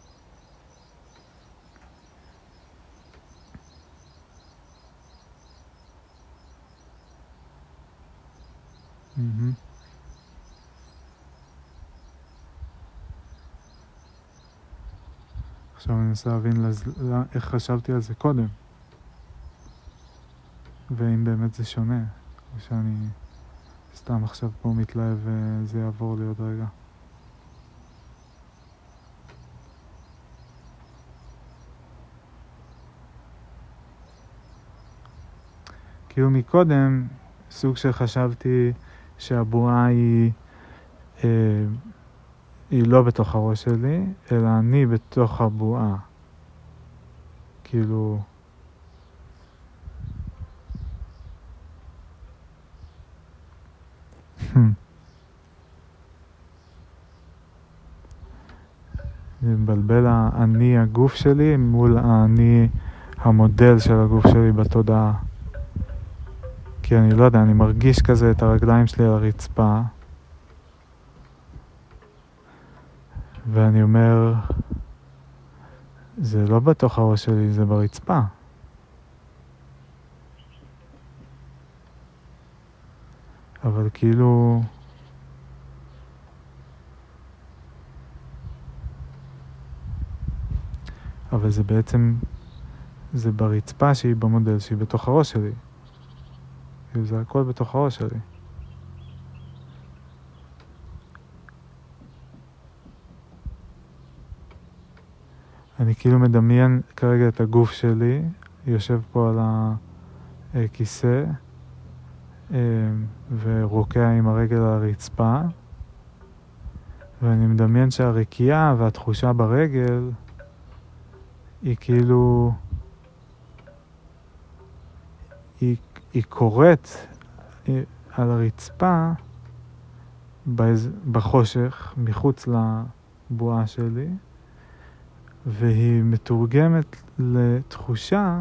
Speaker 1: עכשיו אני מנסה להבין איך חשבתי על זה קודם, ואם באמת זה שונה, או שאני סתם עכשיו פה מתלהב וזה יעבור לי עוד רגע. כאילו מקודם סוג של חשבתי שהבועה היא לא בתוך הראש שלי, אלא אני בתוך הבועה. כאילו... זה מבלבל האני הגוף שלי מול האני המודל של הגוף שלי בתודעה. כי אני לא יודע, אני מרגיש כזה את הרגליים שלי על הרצפה, ואני אומר, זה לא בתוך הראש שלי, זה ברצפה. אבל כאילו... אבל זה בעצם... זה ברצפה שהיא במודל, שהיא בתוך הראש שלי. כאילו זה הכל בתוך הראש שלי. אני כאילו מדמיין כרגע את הגוף שלי, יושב פה על הכיסא, ורוקע עם הרגל על הרצפה, ואני מדמיין שהרקיעה והתחושה ברגל היא כאילו... היא קוראת על הרצפה בחושך, מחוץ לבועה שלי, והיא מתורגמת לתחושה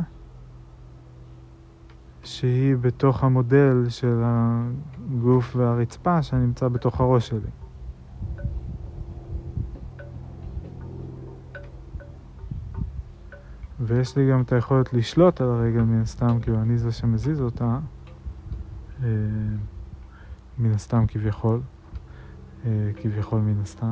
Speaker 1: שהיא בתוך המודל של הגוף והרצפה שנמצא בתוך הראש שלי. ויש לי גם את היכולת לשלוט על הרגל מן הסתם, כאילו אני זה שמזיז אותה, מן הסתם כביכול, כביכול מן הסתם.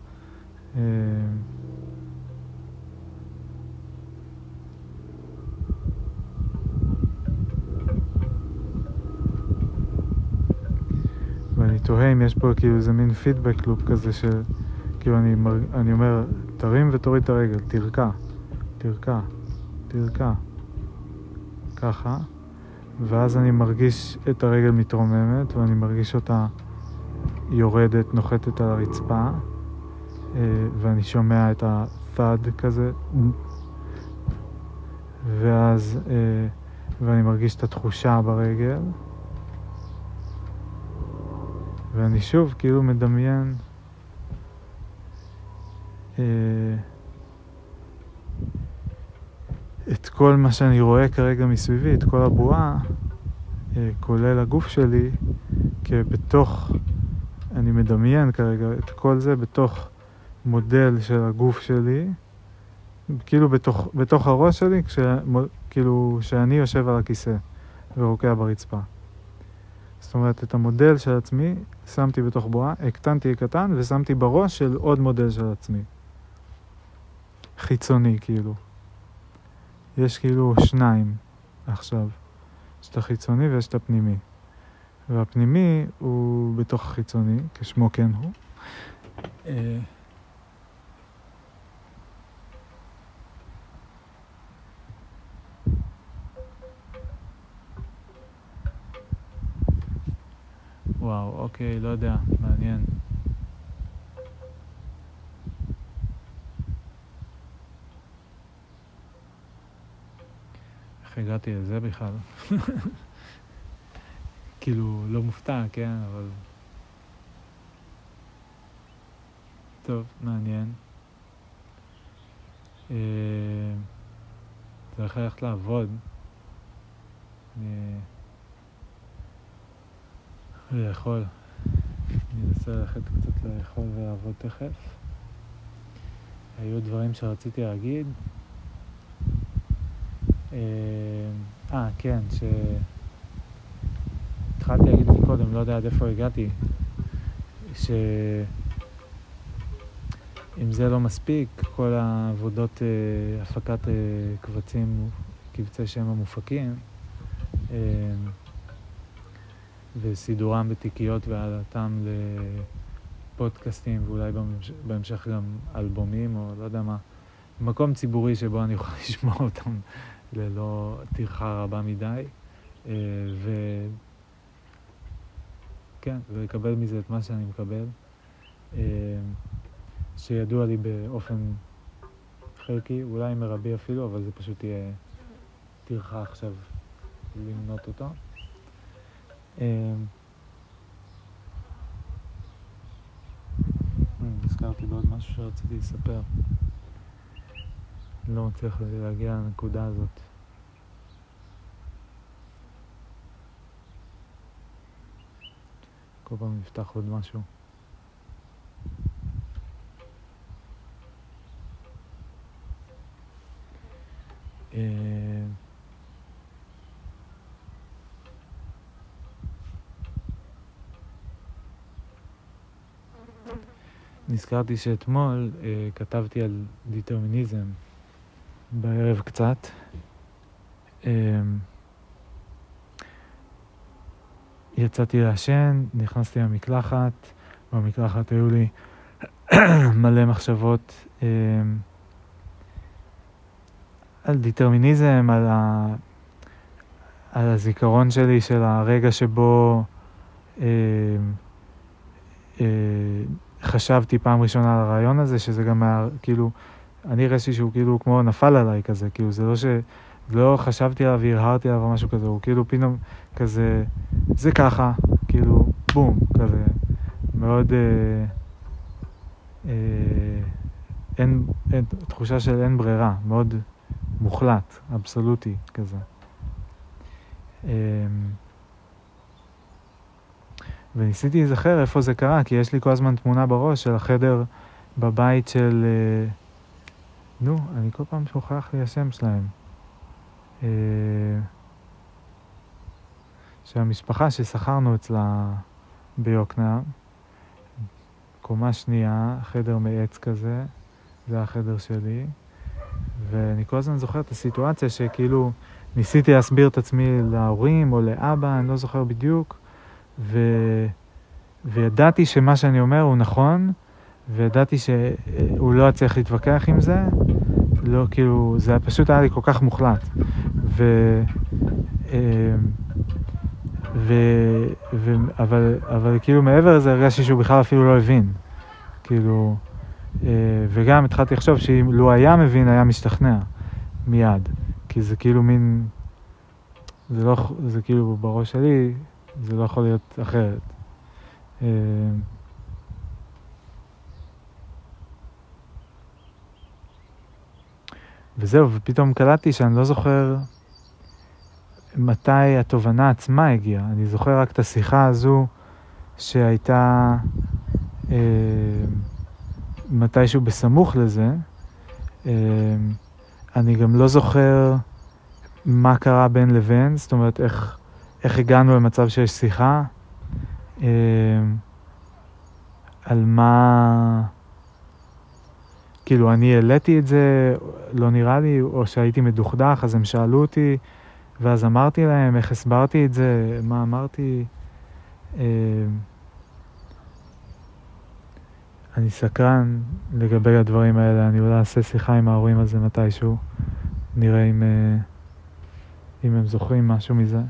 Speaker 1: ואני תוהה אם יש פה כאילו איזה מין פידבק לופ כזה של, כאילו אני אומר, תרים ותוריד את הרגל, תרקע. תרקע, ככה, ואז אני מרגיש את הרגל מתרוממת, ואני מרגיש אותה יורדת, נוחתת על הרצפה, ואני שומע את הצד כזה, ואז, ואני מרגיש את התחושה ברגל, ואני שוב כאילו מדמיין, את כל מה שאני רואה כרגע מסביבי, את כל הבועה, כולל הגוף שלי, כבתוך, אני מדמיין כרגע את כל זה בתוך מודל של הגוף שלי, כאילו בתוך הראש שלי, כאילו שאני יושב על הכיסא ורוקע ברצפה. זאת אומרת, את המודל של עצמי שמתי בתוך בועה, הקטנתי קטן ושמתי בראש של עוד מודל של עצמי. חיצוני כאילו. יש כאילו שניים עכשיו. יש את החיצוני ויש את הפנימי. והפנימי הוא בתוך החיצוני, כשמו כן הוא. וואו, אוקיי, לא יודע, מעניין. איך הגעתי לזה בכלל? כאילו, לא מופתע, כן, אבל... טוב, מעניין. צריך ללכת לעבוד. לאכול. אני אנסה ללכת קצת לאכול ולעבוד תכף. היו דברים שרציתי להגיד. כן, התחלתי להגיד מקודם, לא יודע עד איפה הגעתי, שאם זה לא מספיק, כל העבודות הפקת קבצי שם המופקים, וסידורם בתיקיות והעלתם לפודקאסטים, ואולי בהמשך גם אלבומים, או לא יודע מה, מקום ציבורי שבו אני אוכל לשמוע אותם ללא טרחה רבה מדי, כן, ולקבל מזה את מה שאני מקבל, שידוע לי באופן חלקי, אולי מרבי אפילו, אבל זה פשוט יהיה טרחה עכשיו למנות אותו. הזכרתי בעוד משהו שרציתי לספר. לא מצליח להגיע לנקודה הזאת. כל פעם נפתח עוד משהו. נזכרתי שאתמול כתבתי על דטרמיניזם בערב קצת. יצאתי לעשן, נכנסתי למקלחת, במקלחת היו לי מלא מחשבות על דטרמיניזם, על הזיכרון שלי של הרגע שבו חשבתי פעם ראשונה על הרעיון הזה, שזה גם היה, כאילו, אני הרגשתי שהוא כאילו כמו נפל עליי כזה, כאילו זה לא חשבתי עליו והרהרתי עליו או משהו כזה, הוא כאילו פתאום כזה, זה ככה, כאילו בום, כזה, מאוד אין תחושה של אין ברירה, מאוד מוחלט, אבסולוטי כזה. וניסיתי להיזכר איפה זה קרה, כי יש לי כל הזמן תמונה בראש של החדר בבית של... אני כל פעם שוכח לי השם שלהם. שהמשפחה ששכרנו אצלה ביוקנעם, קומה שנייה, חדר מעץ כזה, זה החדר שלי, ואני כל הזמן זוכר את הסיטואציה שכאילו ניסיתי להסביר את עצמי להורים או לאבא, אני לא זוכר בדיוק, וידעתי שמה שאני אומר הוא נכון, וידעתי שהוא לא צריך להתווכח עם זה, לא, כאילו, זה פשוט היה לי כל כך מוחלט. אבל כאילו מעבר לזה הרגשתי שהוא בכלל אפילו לא הבין. כאילו, וגם התחלתי לחשוב שאם לא היה מבין, היה משתכנע מיד. כי זה כאילו מין, זה כאילו בראש שלי, זה לא יכול להיות אחרת. וזהו, ופתאום קלטתי שאני לא זוכר מתי התובנה עצמה הגיעה. אני זוכר רק את השיחה הזו שהייתה מתישהו בסמוך לזה. אני גם לא זוכר מה קרה בין לבין, זאת אומרת איך הגענו למצב שיש שיחה, על מה... כאילו, אני העליתי את זה, לא נראה לי, או שהייתי מדוכדך, אז הם שאלו אותי, ואז אמרתי להם, איך הסברתי את זה, מה אמרתי. אני סקרן לגבי הדברים האלה, אני אולי אעשה שיחה עם ההורים על זה מתישהו, נראה אם הם זוכרים משהו מזה.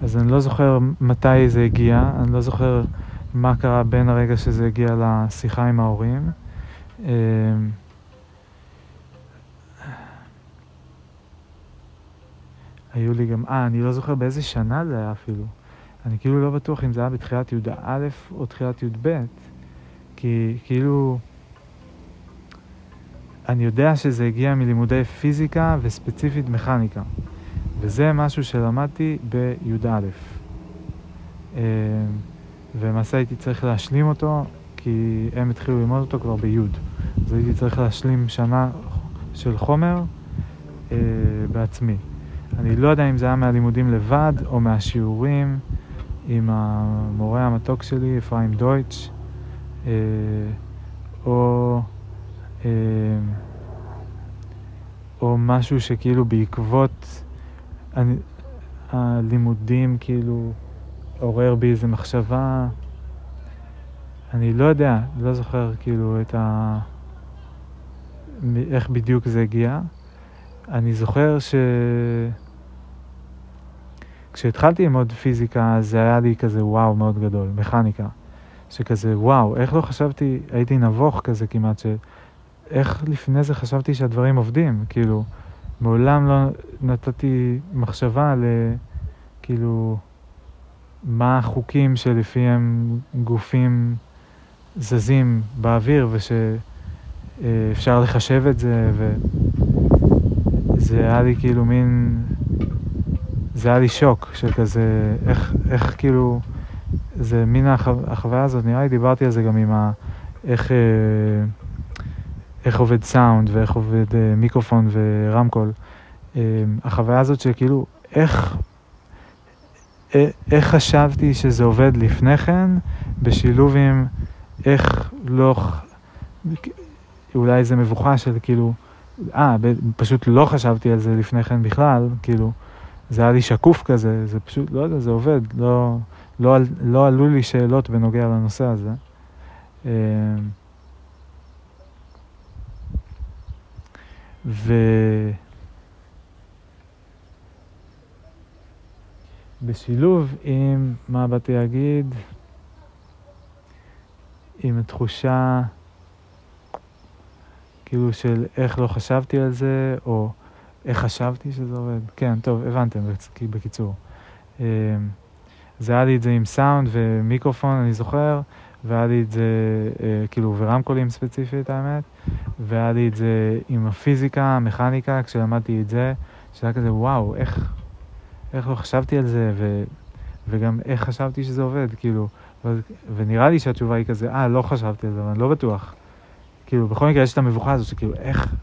Speaker 1: אז אני לא זוכר מתי זה הגיע, אני לא זוכר מה קרה בין הרגע שזה הגיע לשיחה עם ההורים. היו לי גם, אני לא זוכר באיזה שנה זה היה אפילו. אני כאילו לא בטוח אם זה היה בתחילת י"א או תחילת י"ב, כי כאילו אני יודע שזה הגיע מלימודי פיזיקה וספציפית מכניקה, וזה משהו שלמדתי בי"א. ולמעשה הייתי צריך להשלים אותו, כי הם התחילו ללמוד אותו כבר בי"ד. אז הייתי צריך להשלים שנה של חומר בעצמי. אני לא יודע אם זה היה מהלימודים לבד או מהשיעורים עם המורה המתוק שלי, אפרים דויטש, או משהו שכאילו בעקבות הלימודים כאילו עורר בי איזו מחשבה. אני לא יודע, לא זוכר כאילו איך בדיוק זה הגיע. אני זוכר כשהתחלתי ללמוד פיזיקה, זה היה לי כזה וואו מאוד גדול, מכניקה. שכזה וואו, איך לא חשבתי, הייתי נבוך כזה כמעט, איך לפני זה חשבתי שהדברים עובדים, כאילו, מעולם לא נתתי מחשבה כאילו, מה החוקים שלפיהם גופים זזים באוויר, ושאפשר לחשב את זה, וזה היה לי כאילו זה היה לי שוק של כזה, איך כאילו, זה מין החוויה הזאת, נראה לי דיברתי על זה גם עם איך עובד סאונד ואיך עובד מיקרופון ורמקול. החוויה הזאת שכאילו, איך חשבתי שזה עובד לפני כן, בשילוב עם איך לא, אולי זה מבוכה של כאילו, פשוט לא חשבתי על זה לפני כן בכלל, כאילו, זה היה לי שקוף כזה, זה פשוט, לא יודע, זה עובד, לא עלו לי שאלות בנוגע לנושא הזה. ובשילוב עם מה באתי להגיד, עם התחושה כאילו של איך לא חשבתי על זה, או איך חשבתי שזה עובד. כן, טוב, הבנתם בקיצור. זה היה לי את זה עם סאונד ומיקרופון, אני זוכר, והיה לי את זה כאילו ורמקולים ספציפית האמת, והיה לי את זה עם הפיזיקה, המכניקה, כשלמדתי את זה, שהיה כזה וואו, איך לא חשבתי על זה, וגם איך חשבתי שזה עובד, כאילו, ונראה לי שהתשובה היא כזה, לא חשבתי על זה, אבל אני לא בטוח. כאילו, בכל מקרה יש את המבוכה הזאת, שכאילו,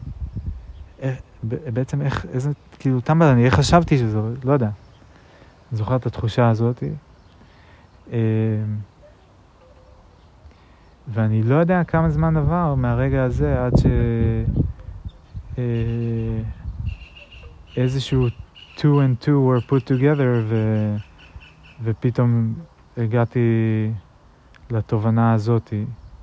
Speaker 1: בעצם איזה, כאילו, טמבל, אני איך חשבתי שזה עובד, לא יודע. אני זוכר את התחושה הזאת. ואני לא יודע כמה זמן עבר מהרגע הזה עד איזשהו two and two were put together ופתאום הגעתי לתובנה הזאת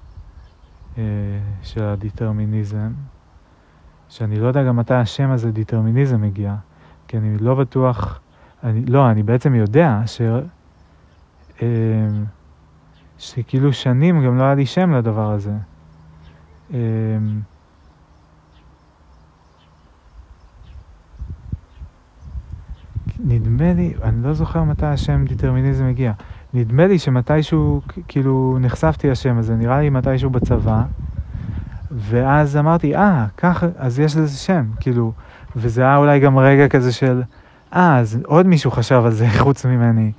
Speaker 1: של הדיטרמיניזם, שאני לא יודע גם מתי השם הזה דיטרמיניזם הגיע, כי אני לא בטוח, אני בעצם יודע שכאילו שנים גם לא היה לי שם לדבר הזה. נדמה לי, אני לא זוכר מתי השם דיטרמיניזם הגיע. נדמה לי שמתישהו, כאילו, נחשפתי השם הזה, נראה לי מתישהו בצבא, ואז אמרתי, ככה, אז יש לזה שם, כאילו, וזה היה אולי גם רגע כזה של, אז עוד מישהו חשב על זה חוץ ממני.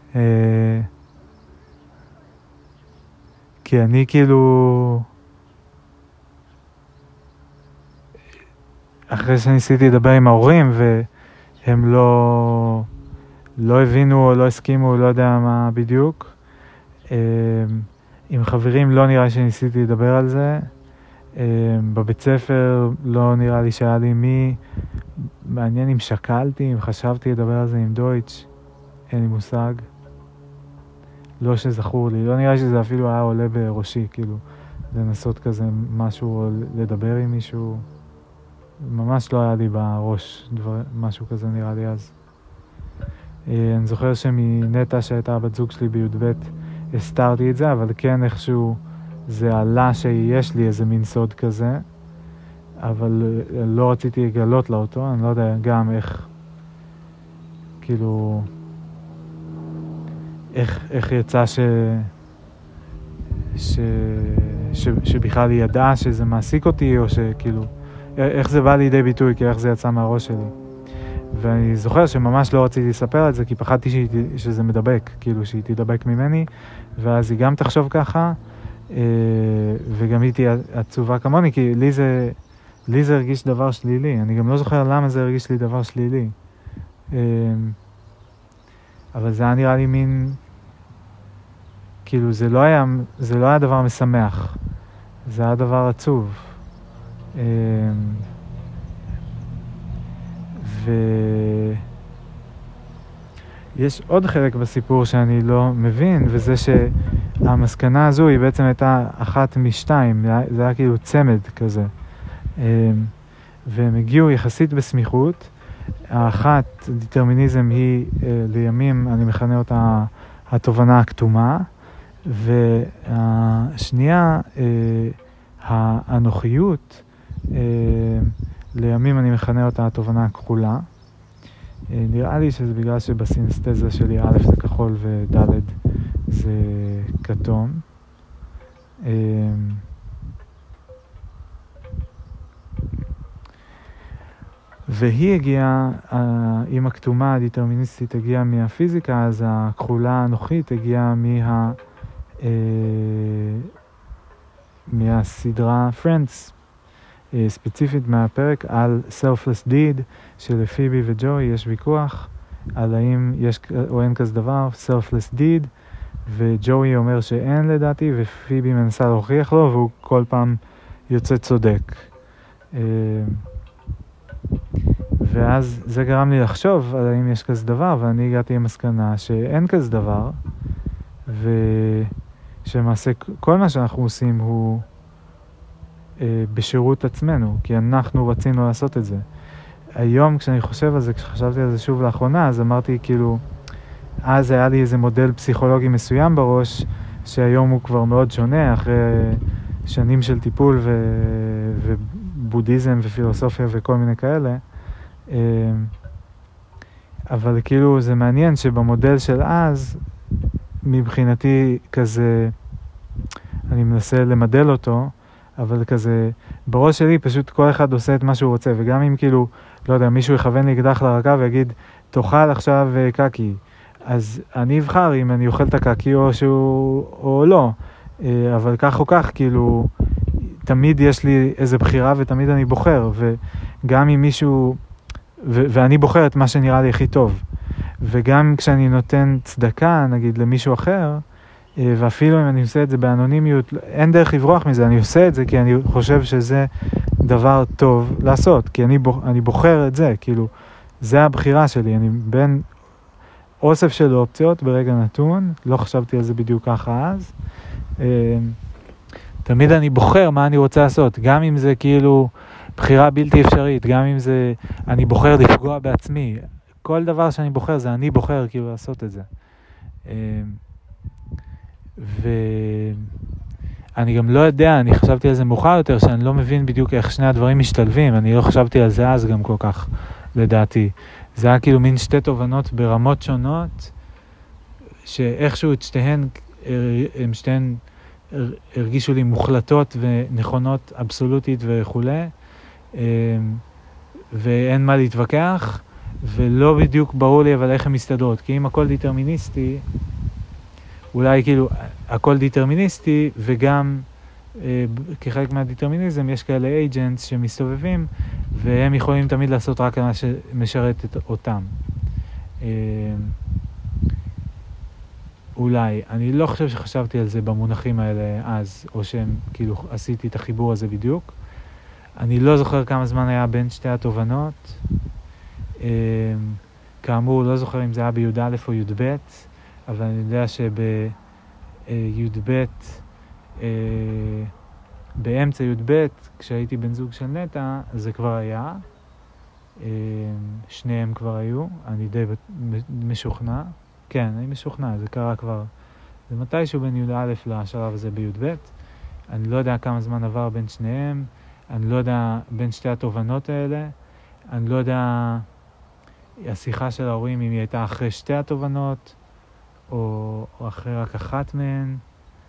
Speaker 1: כי אני כאילו, אחרי שניסיתי לדבר עם ההורים והם לא הבינו או לא הסכימו, לא יודע מה בדיוק. עם חברים לא נראה שניסיתי לדבר על זה. בבית ספר לא נראה לי שהיה לי מעניין אם שקלתי, אם חשבתי לדבר על זה עם דויטש, אין לי מושג. לא שזכור לי, לא נראה שזה אפילו היה עולה בראשי, כאילו, לנסות כזה משהו או לדבר עם מישהו. ממש לא היה לי בראש משהו כזה נראה לי אז. אני זוכר שמנטה שהייתה הבת זוג שלי בי"ב הסתרתי את זה, אבל כן איכשהו זה עלה שיש לי איזה מין סוד כזה, אבל לא רציתי לגלות לה אותו, אני לא יודע גם איך, כאילו, איך יצא שבכלל היא ידעה שזה מעסיק אותי, או שכאילו, איך זה בא לידי ביטוי, כי איך זה יצא מהראש שלי. ואני זוכר שממש לא רציתי לספר את זה, כי פחדתי שזה מדבק, כאילו שהיא תדבק ממני, ואז היא גם תחשוב ככה, וגם היא תהיה עצובה כמוני, כי לי זה הרגיש דבר שלילי. אני גם לא זוכר למה זה הרגיש לי דבר שלילי. אבל זה היה נראה לי מין, כאילו זה לא היה דבר משמח, זה היה דבר עצוב. ויש עוד חלק בסיפור שאני לא מבין, וזה שהמסקנה הזו היא בעצם הייתה אחת משתיים, זה היה כאילו צמד כזה. והם הגיעו יחסית בסמיכות. האחת, דטרמיניזם, היא לימים, אני מכנה אותה התובנה הכתומה, והשנייה, האנוכיות, לימים אני מכנה אותה התובנה הכחולה. נראה לי שזה בגלל שבסינסטזה שלי א' זה כחול וד' זה כתום. והיא הגיעה, אם הכתומה הדטרמיניסטית הגיעה מהפיזיקה, אז הכחולה האנוכית הגיעה מהסדרה Friends, ספציפית מהפרק על Selfless Deed של פיבי וג'וי. יש ויכוח על האם יש או אין כזה דבר, Selfless Deed, וג'וי אומר שאין לדעתי, ופיבי מנסה להוכיח לו, והוא כל פעם יוצא צודק. ואז זה גרם לי לחשוב על האם יש כזה דבר, ואני הגעתי למסקנה שאין כזה דבר, ושמעשה כל מה שאנחנו עושים הוא בשירות עצמנו, כי אנחנו רצינו לעשות את זה. היום כשאני חושב על זה, כשחשבתי על זה שוב לאחרונה, אז אמרתי כאילו, אז היה לי איזה מודל פסיכולוגי מסוים בראש, שהיום הוא כבר מאוד שונה, אחרי שנים של טיפול ובודהיזם ופילוסופיה וכל מיני כאלה. אבל כאילו זה מעניין שבמודל של אז, מבחינתי כזה, אני מנסה למדל אותו, אבל כזה, בראש שלי פשוט כל אחד עושה את מה שהוא רוצה, וגם אם כאילו, לא יודע, מישהו יכוון לי אקדח לרקה ויגיד, תאכל עכשיו קקי, אז אני אבחר אם אני אוכל את הקקי או לא, אבל כך או כך, כאילו, תמיד יש לי איזו בחירה ותמיד אני בוחר, וגם אם מישהו, ואני בוחר את מה שנראה לי הכי טוב, וגם כשאני נותן צדקה, נגיד, למישהו אחר, ואפילו אם אני עושה את זה באנונימיות, אין דרך לברוח מזה, אני עושה את זה כי אני חושב שזה דבר טוב לעשות, כי אני בוחר את זה, כאילו, זה הבחירה שלי, אני בין אוסף של אופציות ברגע נתון, לא חשבתי על זה בדיוק ככה אז, תמיד אני בוחר מה אני רוצה לעשות, גם אם זה כאילו בחירה בלתי אפשרית, גם אם זה, אני בוחר לפגוע בעצמי, כל דבר שאני בוחר זה אני בוחר כאילו לעשות את זה. ואני גם לא יודע, אני חשבתי על זה מאוחר יותר, שאני לא מבין בדיוק איך שני הדברים משתלבים, אני לא חשבתי על זה אז גם כל כך, לדעתי. זה היה כאילו מין שתי תובנות ברמות שונות, שאיכשהו את שתיהן הרגישו לי מוחלטות ונכונות אבסולוטית וכו', ואין מה להתווכח, ולא בדיוק ברור לי אבל איך הן מסתדרות, כי אם הכל דטרמיניסטי, אולי כאילו הכל דטרמיניסטי, וגם כחלק מהדטרמיניזם יש כאלה agents שמסתובבים, והם יכולים תמיד לעשות רק מה שמשרת אותם. אולי, אני לא חושב שחשבתי על זה במונחים האלה אז, או שהם כאילו עשיתי את החיבור הזה בדיוק. אני לא זוכר כמה זמן היה בין שתי התובנות. כאמור, לא זוכר אם זה היה בי"א או י"ב, אבל אני יודע שבי"ב, באמצע י"ב, כשהייתי בן זוג של נטה, זה כבר היה. שניהם כבר היו, אני די משוכנע. כן, אני משוכנע, זה קרה כבר. זה מתישהו בין י"א לשלב הזה בי"ב. אני לא יודע כמה זמן עבר בין שניהם, אני לא יודע בין שתי התובנות האלה, אני לא יודע השיחה של ההורים אם היא הייתה אחרי שתי התובנות, או אחרי רק אחת מהן.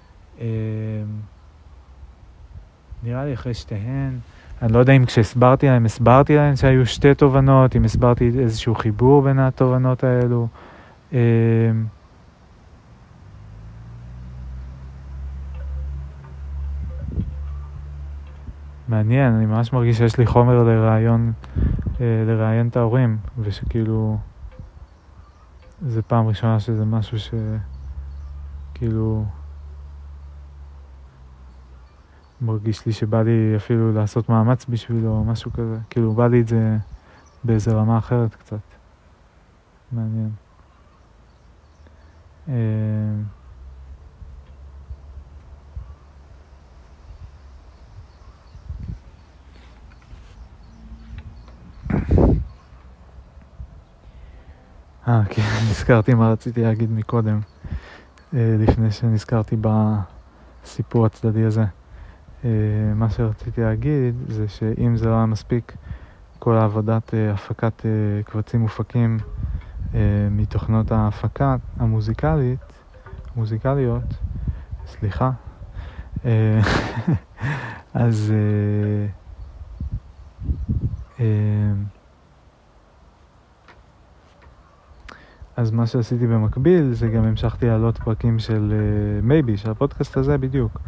Speaker 1: נראה לי אחרי שתיהן. אני לא יודע אם כשהסברתי להם שהיו שתי תובנות, אם הסברתי איזשהו חיבור בין התובנות האלו. מעניין, אני ממש מרגיש שיש לי חומר לראיין את ההורים, ושכאילו זה פעם ראשונה שזה משהו שכאילו מרגיש לי שבא לי אפילו לעשות מאמץ בשבילו או משהו כזה, כאילו בא לי את זה באיזה רמה אחרת קצת. מעניין. כן, נזכרתי מה רציתי להגיד מקודם, לפני שנזכרתי בסיפור הצדדי הזה. מה שרציתי להגיד זה שאם זה לא היה מספיק, כל העבודת הפקת קבצים מופקים מתוכנות ההפקה המוזיקליות, סליחה, אז מה שעשיתי במקביל זה גם המשכתי לעלות פרקים של מייבי, של הפודקאסט הזה בדיוק.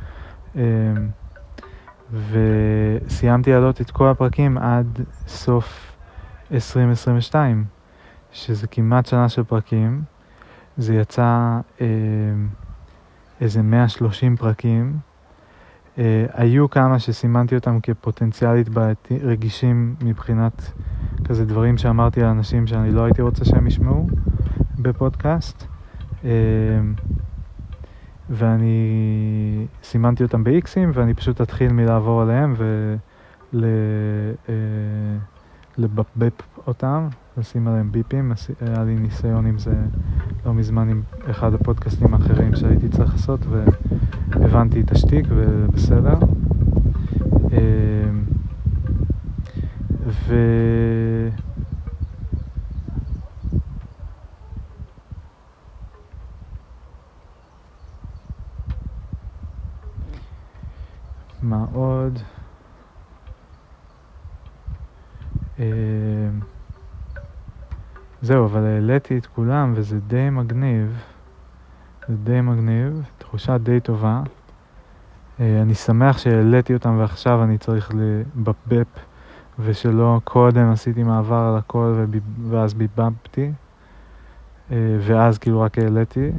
Speaker 1: וסיימתי לעלות את כל הפרקים עד סוף 2022, שזה כמעט שנה של פרקים. זה יצא איזה 130 פרקים. היו כמה שסימנתי אותם כפוטנציאלית רגישים מבחינת כזה דברים שאמרתי לאנשים שאני לא הייתי רוצה שהם ישמעו בפודקאסט. ואני סימנתי אותם ב-X'ים, ואני פשוט אתחיל מלעבור עליהם לבבב אותם, לשים עליהם ביפים. היה לי ניסיון עם זה לא מזמן עם אחד הפודקאסטים האחרים שהייתי צריך לעשות, והבנתי את השתיק ובסדר. מה עוד? זהו, אבל העליתי את כולם וזה די מגניב. זה די מגניב, תחושה די טובה. אני שמח שהעליתי אותם ועכשיו אני צריך לבבב, ושלא קודם עשיתי מעבר על הכל ואז ביבבתי, ואז כאילו רק העליתי.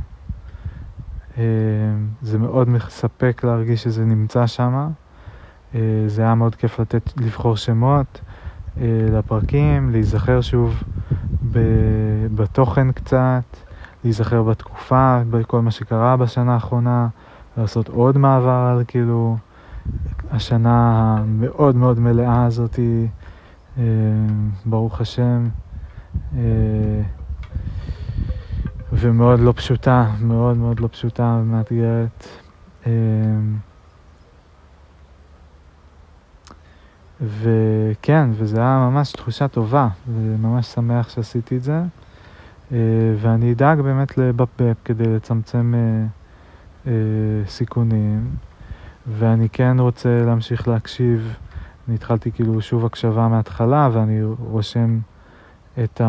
Speaker 1: זה מאוד מספק להרגיש שזה נמצא שם. זה היה מאוד כיף לבחור שמות לפרקים, להיזכר שוב בתוכן קצת, להיזכר בתקופה, בכל מה שקרה בשנה האחרונה, לעשות עוד מעבר על כאילו השנה המאוד מאוד מלאה הזאת, ברוך השם, ומאוד לא פשוטה, מאוד מאוד לא פשוטה ומאתגרת. וכן, וזה היה ממש תחושה טובה, וממש שמח שעשיתי את זה. ואני אדאג באמת לבבב כדי לצמצם סיכונים, ואני כן רוצה להמשיך להקשיב. אני התחלתי כאילו שוב הקשבה מההתחלה, ואני רושם את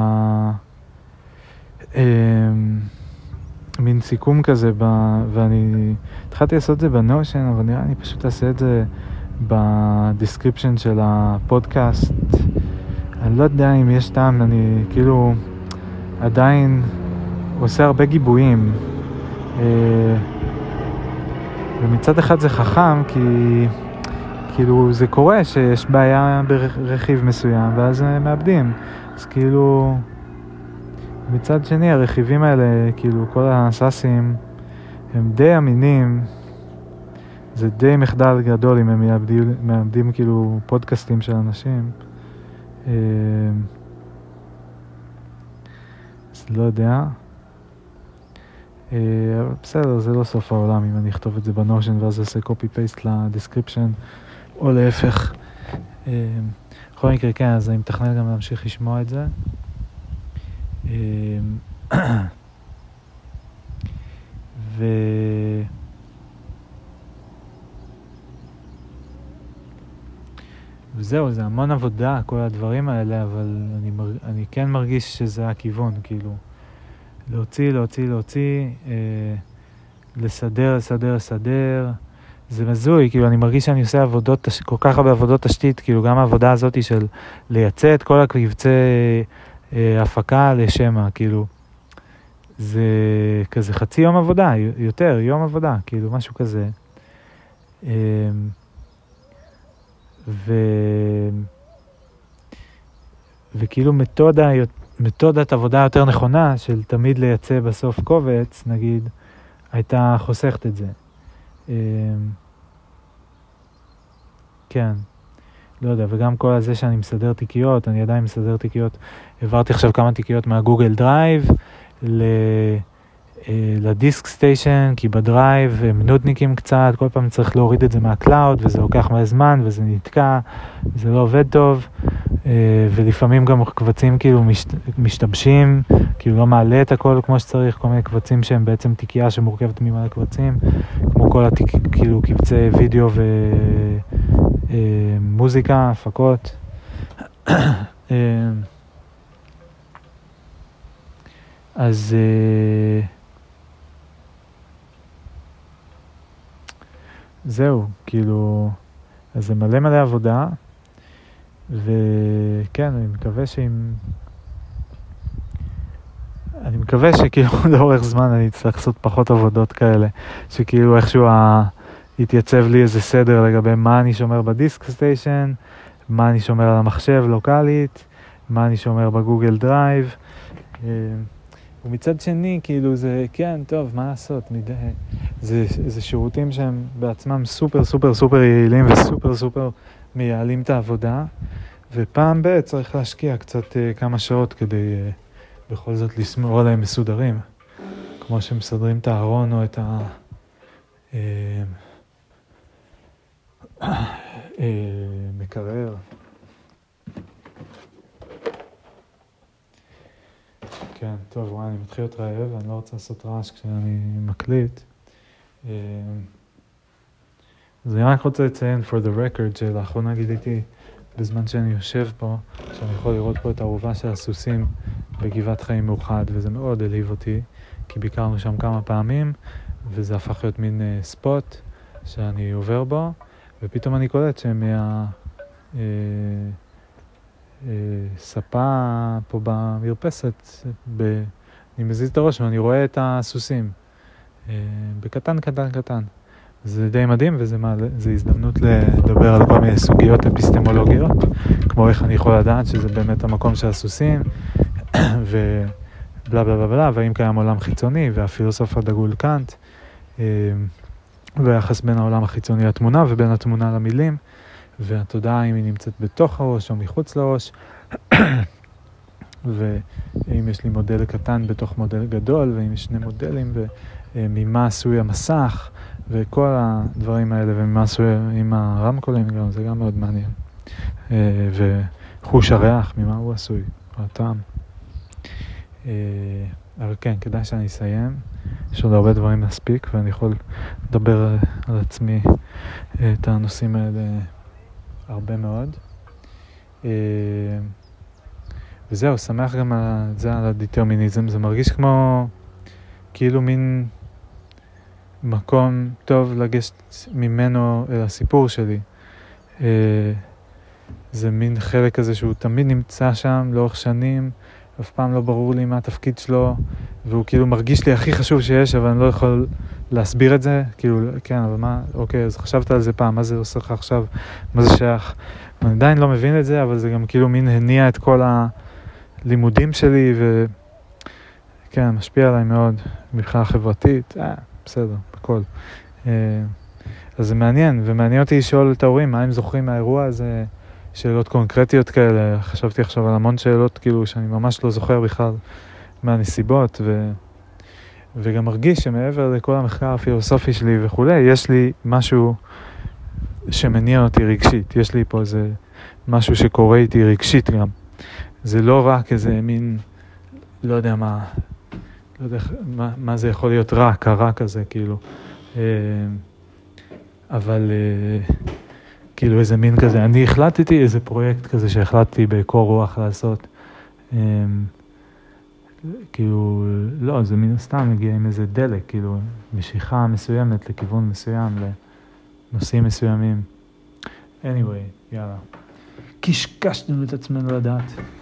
Speaker 1: מין סיכום כזה, ואני התחלתי לעשות את זה בנושן, אבל נראה אני פשוט אעשה את זה בדיסקריפשן של הפודקאסט. אני לא יודע אם יש טעם, אני כאילו עדיין עושה הרבה גיבויים, ומצד אחד זה חכם, כי כאילו זה קורה שיש בעיה ברכיב מסוים ואז מאבדים, אז כאילו מצד שני הרכיבים האלה, כאילו כל הסאסים הם די אמינים. זה די מחדל גדול אם הם מאבדים כאילו פודקאסטים של אנשים. אז לא יודע. בסדר, זה לא סוף העולם אם אני אכתוב את זה בנושן ואז אעשה copy-paste לדסקריפשן, או להפך. בכל מקרה, כן, אז אני מתכנן גם להמשיך לשמוע את זה. וזהו, זה המון עבודה, כל הדברים האלה, אבל אני כן מרגיש שזה הכיוון, כאילו, להוציא, לסדר, זה מזוי, כאילו, אני מרגיש שאני עושה כל כך הרבה עבודות תשתית, כאילו, גם העבודה הזאת של לייצא את כל הקבצי הפקה לשמה, כאילו, זה כזה חצי יום עבודה, יותר, יום עבודה, כאילו, משהו כזה. וכאילו מתודת עבודה יותר נכונה של תמיד לייצא בסוף קובץ, נגיד, הייתה חוסכת את זה. כן, לא יודע, וגם כל הזה שאני מסדר תיקיות, אני עדיין מסדר תיקיות, העברתי עכשיו כמה תיקיות מהגוגל דרייב לדיסק סטיישן, כי בדרייב הם נודניקים קצת, כל פעם צריך להוריד את זה מהקלאוד, וזה לוקח מלא זמן, וזה נתקע, זה לא עובד טוב, ולפעמים גם קבצים כאילו משתבשים, כאילו לא מעלה את הכל כמו שצריך, כל מיני קבצים שהם בעצם תיקייה שמורכבת ממלא קבצים, כמו כל כאילו קבצי וידאו ומוזיקה, הפקות. אז זהו, כאילו, אז זה מלא עבודה, וכן, אני מקווה שכאילו לאורך זמן אני צריך לעשות פחות עבודות כאלה, שכאילו איכשהו יתייצב לי איזה סדר לגבי מה אני שומר בדיסק סטיישן, מה אני שומר על המחשב לוקלית, מה אני שומר בגוגל דרייב, ומצד שני, כאילו זה, כן, טוב, מה לעשות? זה שירותים שהם בעצמם סופר יעילים וסופר מייעלים את העבודה, ופעם צריך להשקיע קצת כמה שעות כדי בכל זאת לשמור עליהם מסודרים, כמו שמסדרים את הארון או את מקרר. כן, טוב, וואי, אני מתחיל להיות רעב, אני לא רוצה לעשות רעש כשאני מקליט. אז אני רק רוצה לציין for the record שלאחרונה גיליתי בזמן שאני יושב פה, שאני יכול לראות פה את האהובה של הסוסים בגבעת חיים מאוחד, וזה מאוד הלהיב אותי, כי ביקרנו שם כמה פעמים, וזה הפך להיות מין ספוט שאני עובר בו, ופתאום אני קולט שמה ספה פה במרפסת, אני מזיז את הראש ואני רואה את הסוסים בקטן. זה די מדהים, וזה הזדמנות לדבר על כל מיני סוגיות אפיסטמולוגיות, כמו איך אני יכול לדעת שזה באמת המקום של הסוסים, ובלה בלה בלה, והאם קיים עולם חיצוני, והפילוסוף הדגול קאנט, והיחס בין העולם החיצוני לתמונה, ובין התמונה למילים, והתודעה אם היא נמצאת בתוך הראש או מחוץ לראש, ואם יש לי מודל קטן בתוך מודל גדול, ואם יש שני מודלים, וממה עשוי המסך, וכל הדברים האלה, וממה עשוי עם הרמקולים, גם, זה גם מאוד מעניין. וחוש הריח, ממה הוא עשוי, הטעם. אבל כן, כדאי שאני אסיים. יש עוד הרבה דברים להספיק, ואני יכול לדבר על עצמי את הנושאים האלה הרבה מאוד. וזהו, שמח גם על זה, על הדטרמיניזם. זה מרגיש כמו, כאילו מין מקום טוב לגשת ממנו אל הסיפור שלי. זה מין חלק כזה שהוא תמיד נמצא שם לאורך שנים, אף פעם לא ברור לי מה התפקיד שלו, והוא כאילו מרגיש לי הכי חשוב שיש, אבל אני לא יכול להסביר את זה, כאילו, כן, אבל מה, אוקיי, אז חשבת על זה פעם, מה זה עושה לך עכשיו, מה זה שייך? אני עדיין לא מבין את זה, אבל זה גם כאילו מין הניע את כל הלימודים שלי, וכן, משפיע עליי מאוד, מבחינה חברתית, בסדר, הכל. אז זה מעניין, ומעניין אותי לשאול את ההורים, מה הם זוכרים מהאירוע הזה, שאלות קונקרטיות כאלה. חשבתי עכשיו על המון שאלות, כאילו, שאני ממש לא זוכר בכלל מהנסיבות, וגם מרגיש שמעבר לכל המחקר הפילוסופי שלי וכולי, יש לי משהו שמניע אותי רגשית. יש לי פה איזה משהו שקורה איתי רגשית גם. זה לא רק איזה מין, לא יודע מה, לא יודע מה זה יכול להיות רע, קרה כזה, כאילו. אבל כאילו איזה מין כזה, אני החלטתי איזה פרויקט כזה שהחלטתי בקור רוח לעשות. כאילו, לא, זה מן הסתם מגיע עם איזה דלק, כאילו, משיכה מסוימת לכיוון מסוים, לנושאים מסוימים. anyway, יאללה. קשקשנו את עצמנו לדעת.